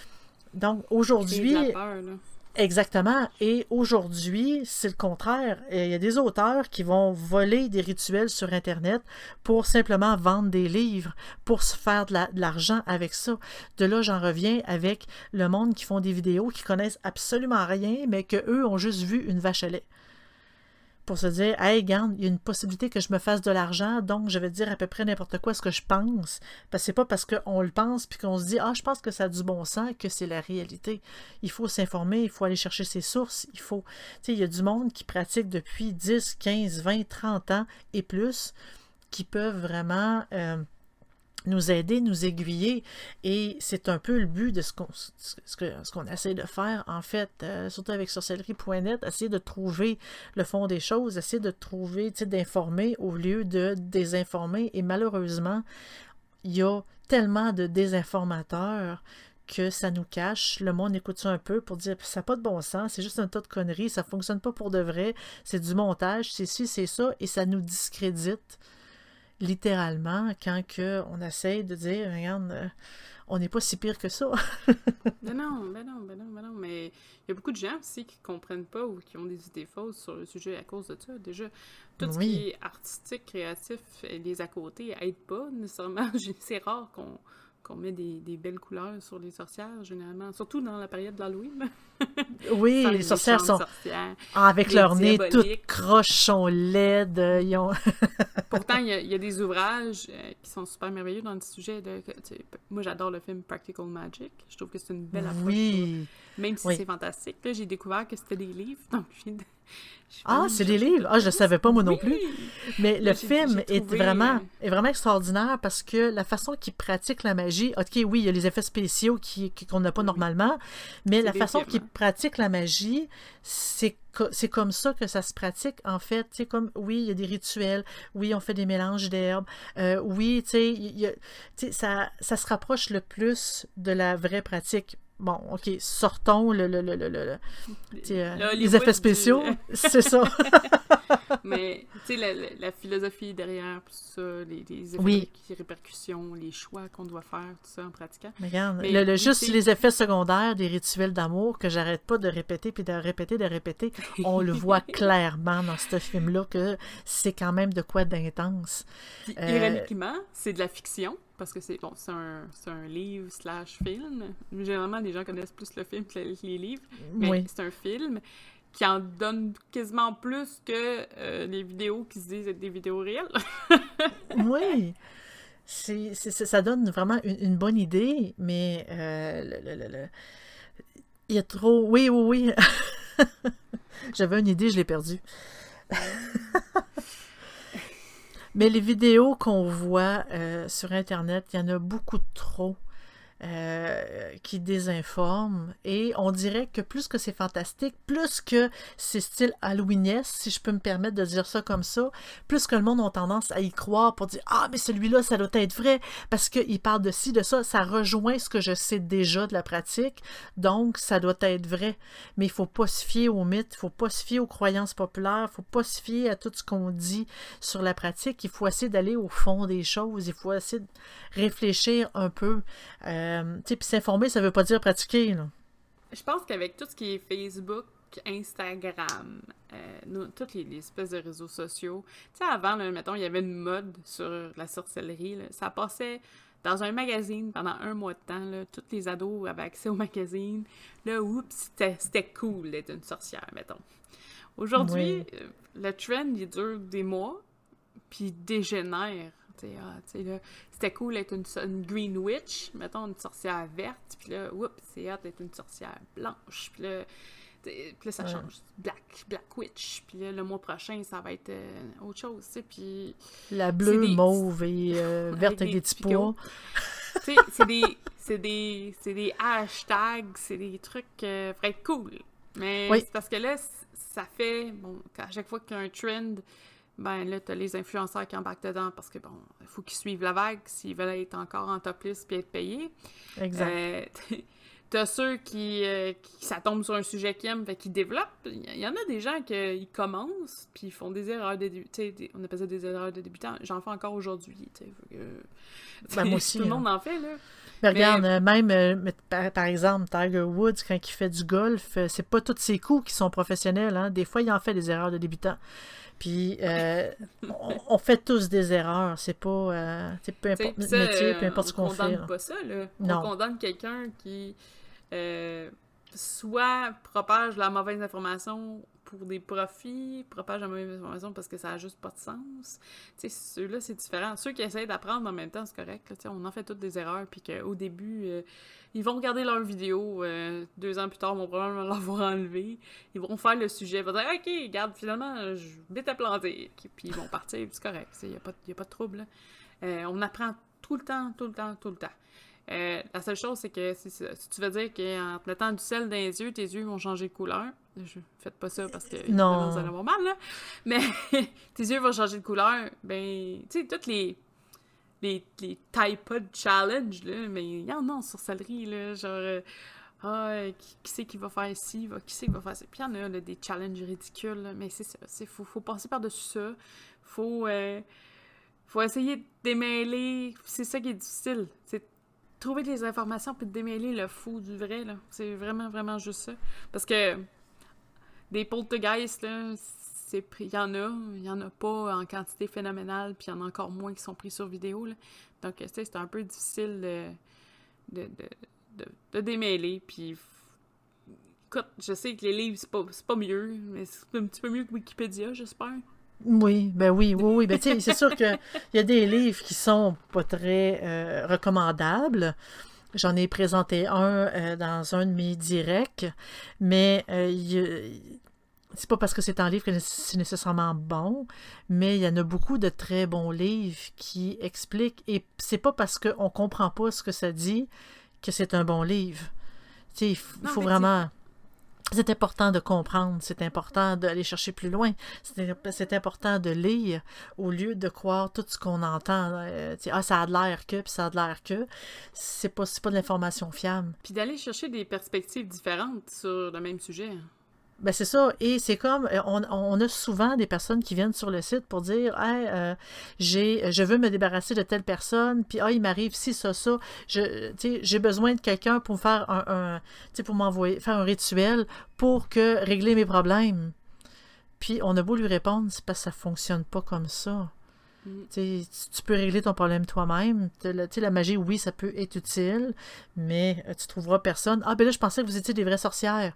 Donc, aujourd'hui... de la peur, là. Exactement. Et aujourd'hui, c'est le contraire. Il y a des auteurs qui vont voler des rituels sur Internet pour simplement vendre des livres, pour se faire de la, de l'argent avec ça. De là, j'en reviens avec le monde qui font des vidéos, qui connaissent absolument rien, mais qu'eux ont juste vu une vache à lait. Pour se dire, hey, regarde, il y a une possibilité que je me fasse de l'argent, donc je vais dire à peu près n'importe quoi ce que je pense. Parce que c'est pas parce qu'on le pense puis qu'on se dit, ah, je pense que ça a du bon sens que c'est la réalité. Il faut s'informer, il faut aller chercher ses sources, il faut. Tu sais, il y a du monde qui pratique depuis dix, quinze, vingt, trente ans et plus qui peuvent vraiment. Euh, nous aider, nous aiguiller, et c'est un peu le but de ce qu'on ce que, ce qu'on essaie de faire, en fait, euh, surtout avec sorcellerie point net, essayer de trouver le fond des choses, essayer de trouver, tu sais, d'informer au lieu de désinformer, et malheureusement, il y a tellement de désinformateurs que ça nous cache, le monde écoute ça un peu pour dire ça n'a pas de bon sens, c'est juste un tas de conneries, ça fonctionne pas pour de vrai, c'est du montage, c'est ci, c'est ça, et ça nous discrédite littéralement, quand que on essaye de dire, regarde, euh, on n'est pas si pire que ça. ben non, ben non, ben non, ben non, mais il y a beaucoup de gens aussi qui comprennent pas ou qui ont des idées fausses sur le sujet à cause de ça. Déjà, tout ce oui. qui est artistique, créatif, les à côté aident pas nécessairement. C'est rare qu'on qu'on met des, des belles couleurs sur les sorcières, généralement, surtout dans la période de l'Halloween. Oui, Sans les sorcières sont sorcières, ah, avec leur nez tout diaboliques. crochon laide. euh, Ils ont... Pourtant, il y, a, il y a des ouvrages euh, qui sont super merveilleux dans le sujet. De, que, tu sais, moi, j'adore le film Practical Magic. Je trouve que c'est une belle approche. Oui. Pour, même si Oui. c'est fantastique. Là, j'ai découvert que c'était des livres. Donc, je suis Ah, c'est des livres? Ah, je ne savais pas moi non oui. plus. Mais Là, le j'ai- film j'ai est trouvé, vraiment, euh, est vraiment extraordinaire parce que la façon qu'il pratique la magie, ok, oui, il y a les effets spéciaux qui, qui- qu'on n'a pas Oui. normalement, mais C'est la des façon films, qu'il hein. pratique la magie, c'est co- c'est comme ça que ça se pratique, en fait. Tu sais, comme, oui, il y a des rituels, oui, on fait des mélanges d'herbes, euh, oui, tu sais, il y a- tu sais, ça, ça se rapproche le plus de la vraie pratique. Bon, ok, sortons le, le, le, le, le- le- tu sais, euh, Le les Hollywood effets du- spéciaux, c'est ça. Mais, tu sais, la, la- la philosophie derrière tout ça, les, les effets, Oui. les répercussions, les choix qu'on doit faire, tout ça en pratiquant. Mais regarde, Mais le, le- oui, juste tu sais- les effets secondaires des rituels d'amour que j'arrête pas de répéter, puis de répéter, de répéter, on le voit clairement dans ce film-là que c'est quand même de quoi d'intense. Puis, Euh, ironiquement, c'est de la fiction, parce que c'est bon, c'est un, c'est un livre slash film. Généralement, les gens connaissent plus le film que le- les livres, mais Oui. c'est un film qui en donne quasiment plus que euh, les vidéos qui se disent être des vidéos réelles. Oui. C'est, c'est- c'est- ça donne vraiment une, une bonne idée, mais euh, le- le- le- le- il y a trop... Oui, oui, oui. J'avais une idée, je l'ai perdue. Mais les vidéos qu'on voit euh, sur Internet, il y en a beaucoup trop euh, qui désinforment. Et on dirait que plus que c'est fantastique, plus que c'est style Halloweenesque, si je peux me permettre de dire ça comme ça, plus que le monde a tendance à y croire pour dire « Ah, mais celui-là, ça doit être vrai, parce qu'il parle de ci, de ça. Ça rejoint ce que je sais déjà de la pratique, donc ça doit être vrai. » Mais il ne faut pas se fier aux mythes, il ne faut pas se fier aux croyances populaires, il ne faut pas se fier à tout ce qu'on dit sur la pratique. Il faut essayer d'aller au fond des choses, il faut essayer de réfléchir un peu. Euh, tu sais, puis s'informer, ça veut pas dire pratiquer, là. Je pense qu'avec tout ce qui est Facebook, Instagram, euh, nous, toutes les, les espèces de réseaux sociaux, tu sais, avant, là, mettons, il y avait une mode sur la sorcellerie, là. Ça passait dans un magazine pendant un mois de temps, là. Tous les ados avaient accès au magazine. Là, oups, c'était, c'était cool d'être une sorcière, mettons. Aujourd'hui, Oui. euh, le trend, il dure des mois, puis il dégénère. T'sais, ah, t'sais, là, c'était cool d'être une, so- une green witch, mettons une sorcière verte, puis là, oups, c'est hâte d'être une sorcière blanche, puis là, t'sais, puis là, ça Ouais. change, black, black witch, puis là, le mois prochain, ça va être euh, autre chose, tu sais, puis... La bleue, des- mauve et euh, avec verte avec des des petits petits pois. tu sais, c'est des, c'est des, c'est des hashtags, c'est des trucs euh, pour être cool, mais Oui. c'est parce que là, c- ça fait, bon, à chaque fois qu'il y a un trend, ben là, t'as les influenceurs qui embarquent dedans parce que, bon, il faut qu'ils suivent la vague s'ils veulent être encore en top list puis être payés. Exact. Euh, t'as ceux qui, euh, qui, ça tombe sur un sujet qu'ils aiment, fait qu'ils développent. Il y en a des gens qui ils commencent puis ils font des erreurs de début. Tu sais, des- on appelle ça des erreurs de débutants. J'en fais encore aujourd'hui, tu sais. fait que- Ben, moi aussi, Tout le hein. monde en fait, là. Mais regarde, euh, même, euh, mais par, par exemple, Tiger Woods, quand il fait du golf, euh, c'est pas tous ses coups qui sont professionnels, hein. Des fois, il en fait des erreurs de débutant. Puis, euh, on, on fait tous des erreurs. C'est pas... euh, tu sais, peu T'sais, importe pis notre ça, métier, peu euh, importe ce qu'on on fait. condamne là. pas ça, là. Non. On condamne quelqu'un qui euh, soit propage la mauvaise information pour des profits, propage la mauvaise information parce que ça a juste pas de sens. Tu sais, ceux-là, c'est différent. Ceux qui essayent d'apprendre en même temps, c'est correct. Là, tu sais, on en fait toutes des erreurs, puis qu'au début, euh, ils vont regarder leur vidéo, euh, deux ans plus tard, vont probablement l'avoir enlevé. Ils vont faire le sujet, ils vont dire « Ok, regarde, finalement, je vais à planter. » Puis ils vont partir, c'est correct. Il n'y a, a pas de trouble. Là. Euh, on apprend tout le temps, tout le temps, tout le temps. Euh, la seule chose, c'est que si, si tu veux dire qu'en te mettant du sel dans les yeux, tes yeux vont changer de couleur. Je, faites pas ça parce que Non. vous allez avoir mal, là. Mais tes yeux vont changer de couleur. Ben, tu sais, toutes les les, les Tide Challenge, là, mais il y en a en sorcellerie, là, genre... euh, ah, euh, qui, qui c'est qui va faire ci, va, qui c'est qui va faire ça. Puis il y en a là, des challenges ridicules, là, mais c'est ça. Il faut, faut passer par-dessus ça. Faut, euh, faut essayer de démêler. C'est ça qui est difficile. C'est trouver des informations puis de démêler le faux du vrai, là. C'est vraiment, vraiment juste ça. Parce que des poltergeists, là, c'est il y en a, il y en a pas en quantité phénoménale, puis il y en a encore moins qui sont pris sur vidéo, là. Donc, tu sais, c'est un peu difficile de, de, de, de, de démêler, puis écoute, je sais que les livres, c'est pas, c'est pas mieux, mais c'est un petit peu mieux que Wikipédia, j'espère. Oui, ben oui, oui, oui. Ben, tu sais, c'est sûr qu'il y a des livres qui sont pas très euh, recommandables. J'en ai présenté un euh, dans un de mes directs, mais euh, y- c'est pas parce que c'est un livre que c'est nécessairement bon, mais il y en a beaucoup de très bons livres qui expliquent, et c'est pas parce qu'on comprend pas ce que ça dit que c'est un bon livre. Tu sais, il f- Non, faut effectivement. vraiment... C'est important de comprendre, c'est important d'aller chercher plus loin, c'est c'est important de lire au lieu de croire tout ce qu'on entend. Euh, tu sais, ah, ça a de l'air que, puis ça a de l'air que. C'est pas, c'est pas de l'information fiable. Puis d'aller chercher des perspectives différentes sur le même sujet. Ben c'est ça, et c'est comme, euh, on, on a souvent des personnes qui viennent sur le site pour dire, hey, euh, j'ai, je veux me débarrasser de telle personne, puis ah, il m'arrive ci, ça, ça, je, tu sais, j'ai besoin de quelqu'un pour me faire un, un tu sais, pour m'envoyer, faire un rituel pour que régler mes problèmes. Puis on a beau lui répondre, c'est parce que ça fonctionne pas comme ça. Mm. Tu sais, tu peux régler ton problème toi-même. Tu sais, la magie, oui, ça peut être utile, mais euh, tu trouveras personne. Ah, ben là, je pensais que vous étiez des vraies sorcières.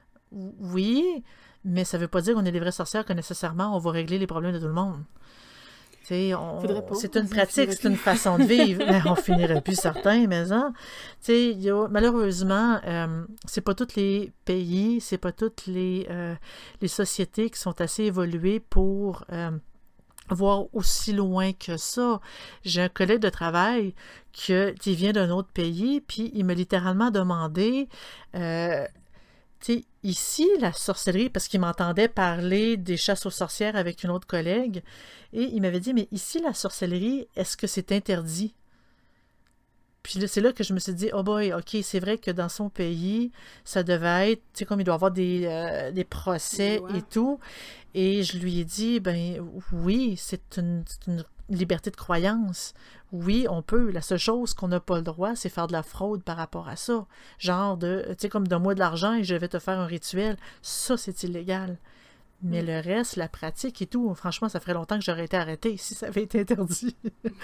Oui, mais ça veut pas dire qu'on est des vraies sorcières que nécessairement on va régler les problèmes de tout le monde. Tu sais, Faudrait on... pas. c'est une Ça pratique, finirait c'est une plus. façon de vivre. Mais on finirait plus certain, mais hein. Tu sais, il y a- malheureusement, euh, c'est pas tous les pays, c'est pas toutes les, euh, les sociétés qui sont assez évoluées pour euh, voir aussi loin que ça. J'ai un collègue de travail que, qui vient d'un autre pays, puis il m'a littéralement demandé, euh, tu sais, ici, la sorcellerie, parce qu'il m'entendait parler des chasses aux sorcières avec une autre collègue, et il m'avait dit, mais ici, la sorcellerie, est-ce que c'est interdit? Puis là, c'est là que je me suis dit, oh boy, ok, c'est vrai que dans son pays, ça devait être, tu sais, comme il doit y avoir des, euh, des Des procès et lois. tout. Et je lui ai dit, ben oui, c'est une, c'est une liberté de croyance. Oui, on peut. La seule chose qu'on n'a pas le droit, c'est faire de la fraude par rapport à ça. Genre de, tu sais, comme donne-moi de l'argent et je vais te faire un rituel. Ça, c'est illégal. Mais Mm. le reste, la pratique et tout, franchement, ça ferait longtemps que j'aurais été arrêtée si ça avait été interdit.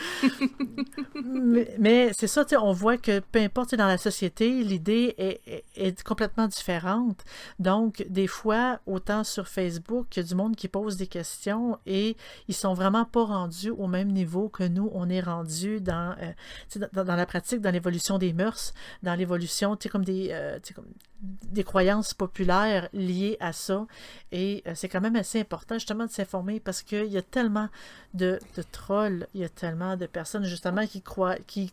Mais, mais c'est ça, tu sais, on voit que peu importe, tu sais, dans la société, l'idée est, est- est complètement différente. Donc, des fois, autant sur Facebook, il y a du monde qui pose des questions et ils sont vraiment pas rendus au même niveau que nous, on est rendus dans, euh, tu sais, dans, dans la pratique, dans l'évolution des mœurs, dans l'évolution, tu sais, comme des, euh, tu sais, comme des croyances populaires liées à ça. Et euh, c'est quand même assez important, justement, de s'informer parce qu'il y a tellement de, de trolls, il y a tellement de personnes, justement, qui croient, qui,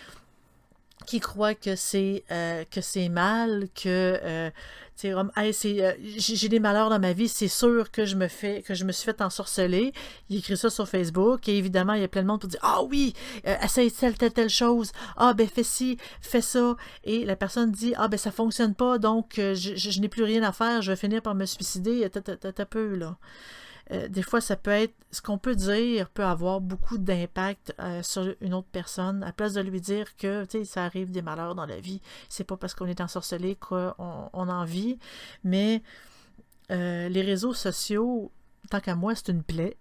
qui croient que c'est euh, que c'est mal, que euh, tu sais, comme, hey, c'est, euh, j'ai j'ai des malheurs dans ma vie, c'est sûr que je me fais que je me suis fait ensorceler. Il écrit ça sur Facebook et évidemment il y a plein de monde pour dire ah oui, euh, essaye telle telle telle chose, ah ben fais ci, fais ça, et la personne dit ah ben ça fonctionne pas donc euh, je, je, je n'ai plus rien à faire, je vais finir par me suicider, t'as peu là. Euh, des fois, ça peut être, ce qu'on peut dire peut avoir beaucoup d'impact euh, sur une autre personne. À place de lui dire que, tu sais, ça arrive des malheurs dans la vie, c'est pas parce qu'on est ensorcelé qu'on on en vit. Mais euh, les réseaux sociaux, tant qu'à moi, c'est une plaie.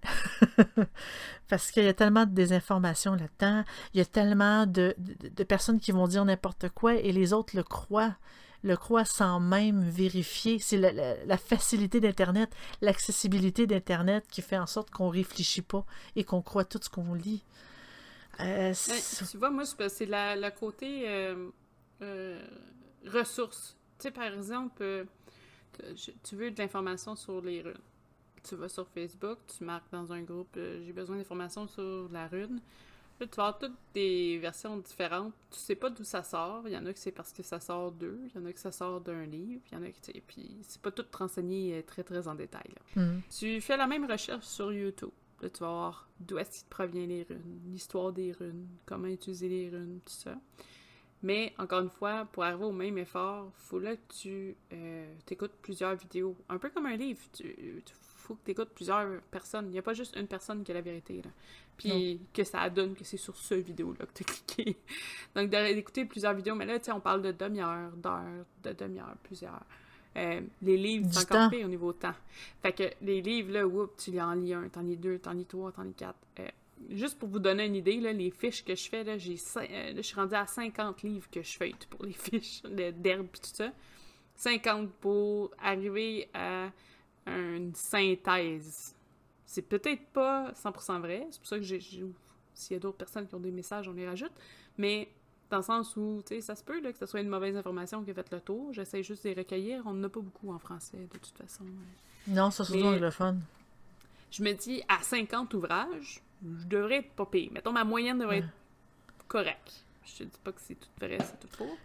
Parce qu'il y a tellement de désinformation là-dedans. Il y a tellement de, de, de personnes qui vont dire n'importe quoi et les autres le croient. Le croient sans même vérifier. C'est la, la, la facilité d'Internet, l'accessibilité d'Internet qui fait en sorte qu'on ne réfléchit pas et qu'on croit tout ce qu'on lit. Euh, Ouais, tu vois, moi, c'est c'est la, la côté euh, euh, ressources. Tu sais, par exemple, euh, tu tu veux de l'information sur les runes. Tu vas sur Facebook, tu marques dans un groupe euh, j'ai besoin d'informations sur la rune. Là, tu vas avoir toutes des versions différentes. Tu sais pas d'où ça sort. Il y en a que c'est parce que ça sort d'eux. Il y en a que ça sort d'un livre. Il y en a que, tu sais, puis c'est pas tout renseigné euh, très, très en détail. Là. mm. Tu fais la même recherche sur YouTube. Là, tu vas voir d'où est-ce qu'il provient les runes, l'histoire des runes, comment utiliser les runes, tout ça. Mais, encore une fois, pour arriver au même effort, faut là que tu euh, t'écoutes plusieurs vidéos. Un peu comme un livre. Tu, faut que tu écoutes plusieurs personnes. Il n'y a pas juste une personne qui a la vérité, là. Puis non. Que ça donne que c'est sur ce vidéo-là que tu as cliqué. Donc, d'écouter plusieurs vidéos. Mais là, tu sais, on parle de demi-heure, d'heure, de demi-heure, plusieurs. Euh, les livres, c'est encore pire au niveau temps. Fait que les livres, là, whoop, tu en lis un, t'en lis deux, t'en lis trois, t'en lis quatre. Euh, juste pour vous donner une idée, là, les fiches que je fais, là, j'ai, euh, là, je suis rendue à cinquante livres que je feuille pour les fiches de, d'herbe et tout ça. cinquante pour arriver à une synthèse. C'est peut-être pas cent pour cent vrai, c'est pour ça que j'ai, j'ai, s'il y a d'autres personnes qui ont des messages, on les rajoute, mais dans le sens où, tu sais, ça se peut là, que ce soit une mauvaise information qui a fait le tour, j'essaie juste de les recueillir, on n'en a pas beaucoup en français, de toute façon. Non, ça c'est toujours le fun. Je me dis, à cinquante ouvrages, je devrais être pas pire. Mettons, ma moyenne devrait ouais. être correcte. Je te dis pas que c'est tout vrai, c'est tout faux.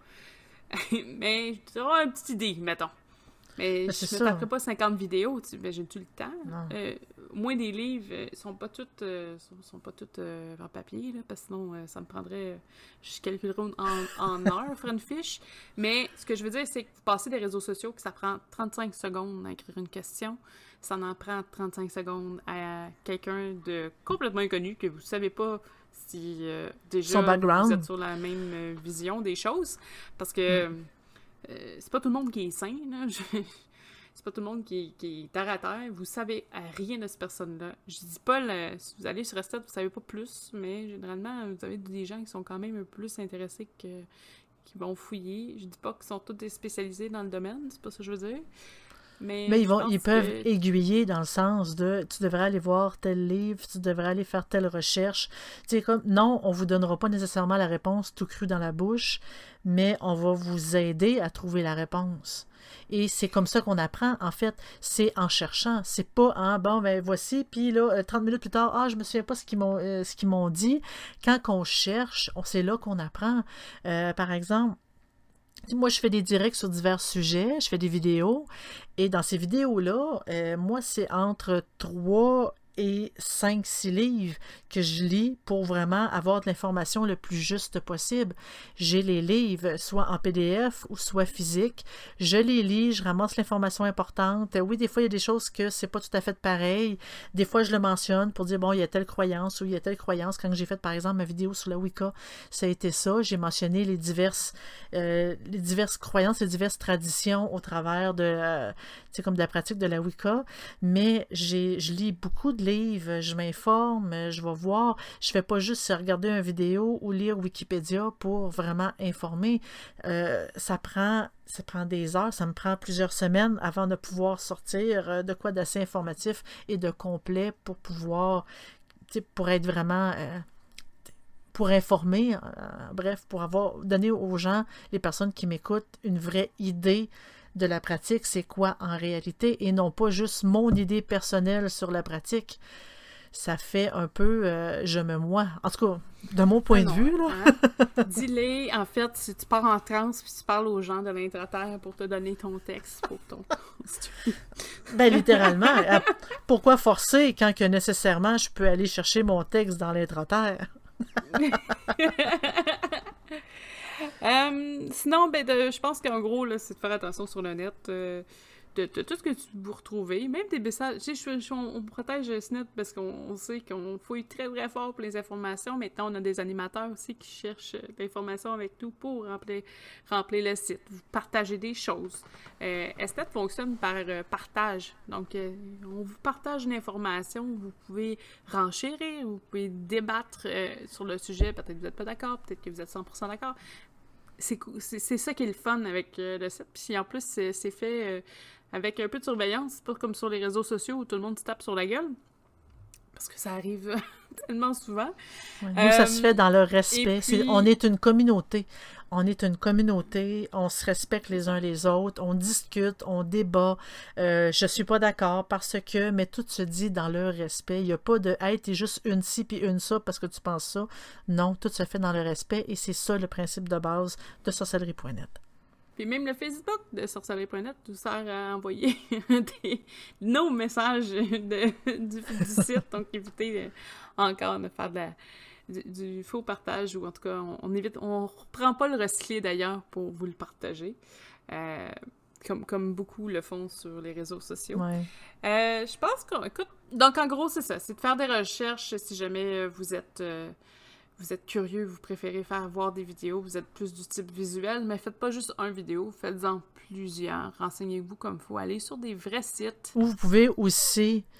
Mais tu auras une petite idée, mettons. Mais ben, je ne me taperai pas cinquante vidéos, tu... ben, j'ai-tu le temps? Euh, moi, des livres, euh, sont pas toutes, euh, sont, sont pas toutes euh, en papier, là, parce que sinon, euh, ça me prendrait... Euh, je calculerais en, en heures faire une fiche. Mais ce que je veux dire, c'est que vous passez des réseaux sociaux, que ça prend trente-cinq secondes à écrire une question. Ça en prend trente-cinq secondes à quelqu'un de complètement inconnu, que vous savez pas si euh, déjà vous êtes sur la même euh, vision des choses. Parce que... Mm. Euh, c'est pas tout le monde qui est sain, là. Je... c'est pas tout le monde qui, qui est terre à terre. Vous savez rien de cette personne-là. Je dis pas, le... si vous allez sur Estet, vous savez pas plus, mais généralement, vous avez des gens qui sont quand même un peu plus intéressés que qui vont fouiller. Je dis pas qu'ils sont tous des spécialisés dans le domaine, c'est pas ça que je veux dire. Mais, mais ils, vont, ils peuvent que... aiguiller dans le sens de tu devrais aller voir tel livre, tu devrais aller faire telle recherche. Tu sais, comme non, on vous donnera pas nécessairement la réponse tout cru dans la bouche, mais on va vous aider à trouver la réponse. Et c'est comme ça qu'on apprend, en fait, c'est en cherchant. C'est pas en hein, bon, ben voici, puis là, trente minutes plus tard, ah, je me souviens pas ce qu'ils m'ont, euh, ce qu'ils m'ont dit. Quand on cherche, on, c'est là qu'on apprend. Euh, par exemple, moi, je fais des directs sur divers sujets, je fais des vidéos, et dans ces vidéos-là, euh, moi, c'est entre trois et cinq six livres que je lis pour vraiment avoir de l'information le plus juste possible. J'ai les livres soit en P D F ou soit physique. Je les lis, je ramasse l'information importante. Oui, des fois, il y a des choses que c'est pas tout à fait pareil. Des fois, je le mentionne pour dire, bon, il y a telle croyance ou il y a telle croyance. Quand j'ai fait, par exemple, ma vidéo sur la Wicca, ça a été ça. J'ai mentionné les diverses, euh, les diverses croyances, les diverses traditions au travers de, euh, tu sais, comme de la pratique de la Wicca. Mais j'ai, je lis beaucoup de livres, je m'informe, je vais voir. Je fais pas juste regarder une vidéo ou lire Wikipédia pour vraiment informer. Euh, ça prend, ça prend des heures, ça me prend plusieurs semaines avant de pouvoir sortir de quoi d'assez informatif et de complet pour pouvoir, tu sais, pour être vraiment... Euh, pour informer, euh, bref, pour avoir donné aux gens, les personnes qui m'écoutent, une vraie idée de la pratique, c'est quoi en réalité, et non pas juste mon idée personnelle sur la pratique. Ça fait un peu euh, je me moi. En tout cas, de mon point ah non, de vue, là. Hein? Dis-les, en fait, si tu pars en transe puis tu parles aux gens de l'intra-terre pour te donner ton texte pour ton ben, littéralement. Pourquoi forcer quand que nécessairement je peux aller chercher mon texte dans l'intra-terre? euh, sinon, ben, de, je pense qu'en gros, là, c'est de faire attention sur le net. Euh, de, de tout ce que tu vous retrouvez, même des messages. Tu sais, je, je, on, on protège ce net parce qu'on on sait qu'on fouille très très fort pour les informations. Maintenant, on a des animateurs aussi qui cherchent l'information avec nous pour remplir, remplir le site. Vous partagez des choses. Euh, Estet fonctionne par euh, partage. Donc, euh, on vous partage une information. Vous pouvez renchérir, vous pouvez débattre euh, sur le sujet. Peut-être que vous n'êtes pas d'accord, peut-être que vous êtes cent pour cent d'accord. C'est, c'est, c'est ça qui est le fun avec euh, le site. Puis en plus, c'est, c'est fait euh, avec un peu de surveillance. C'est pas comme sur les réseaux sociaux où tout le monde se tape sur la gueule. Parce que ça arrive tellement souvent. Ouais, nous, euh, ça se fait dans le respect. Puis... C'est, on est une communauté. On est une communauté. On se respecte les uns les autres. On discute, on débat. Euh, je suis pas d'accord parce que... Mais tout se dit dans le respect. Il n'y a pas de « Hey, t'es juste une ci puis une ça parce que tu penses ça. » Non, tout se fait dans le respect et c'est ça le principe de base de sorcellerie point net. Puis même le Facebook de sorcellerie point net nous sert à envoyer des, nos messages de, du, du site. Donc, évitez encore de faire de la, du, du faux partage ou en tout cas, on, on évite, on reprend pas le recycler d'ailleurs pour vous le partager. Euh, comme, comme beaucoup le font sur les réseaux sociaux. Ouais. Euh, je pense qu'on... Écoute, donc en gros, c'est ça. C'est de faire des recherches si jamais vous êtes... Euh, Vous êtes curieux, vous préférez faire voir des vidéos, vous êtes plus du type visuel, mais faites pas juste un vidéo, faites-en plusieurs. Renseignez-vous comme il faut. Allez sur des vrais sites. Ou vous pouvez aussi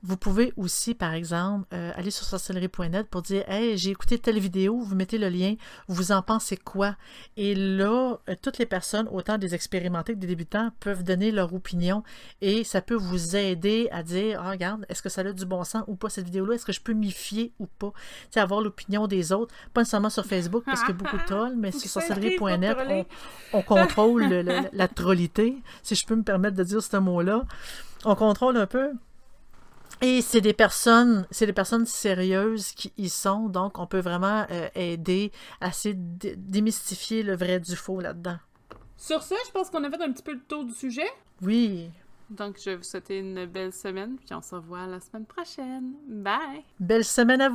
Vous pouvez aussi, par exemple, euh, aller sur sorcellerie point net pour dire « Hey, j'ai écouté telle vidéo, vous mettez le lien, vous en pensez quoi? » Et là, euh, toutes les personnes, autant des expérimentés que des débutants, peuvent donner leur opinion et ça peut vous aider à dire « Ah, regarde, est-ce que ça a du bon sens ou pas cette vidéo-là? Est-ce que je peux m'y fier ou pas? » Tu sais, avoir l'opinion des autres, pas nécessairement sur Facebook parce qu'il y a beaucoup de trolls, mais sur sorcellerie point net, on, on contrôle le, le, la trollité, si je peux me permettre de dire ce mot-là. On contrôle un peu. Et c'est des personnes, c'est des personnes sérieuses qui y sont, donc on peut vraiment euh, aider à essayer de démystifier le vrai du faux là-dedans. Sur ce, je pense qu'on a fait un petit peu le tour du sujet. Oui. Donc, je vais vous souhaiter une belle semaine, puis on se revoit la semaine prochaine. Bye! Belle semaine à vous!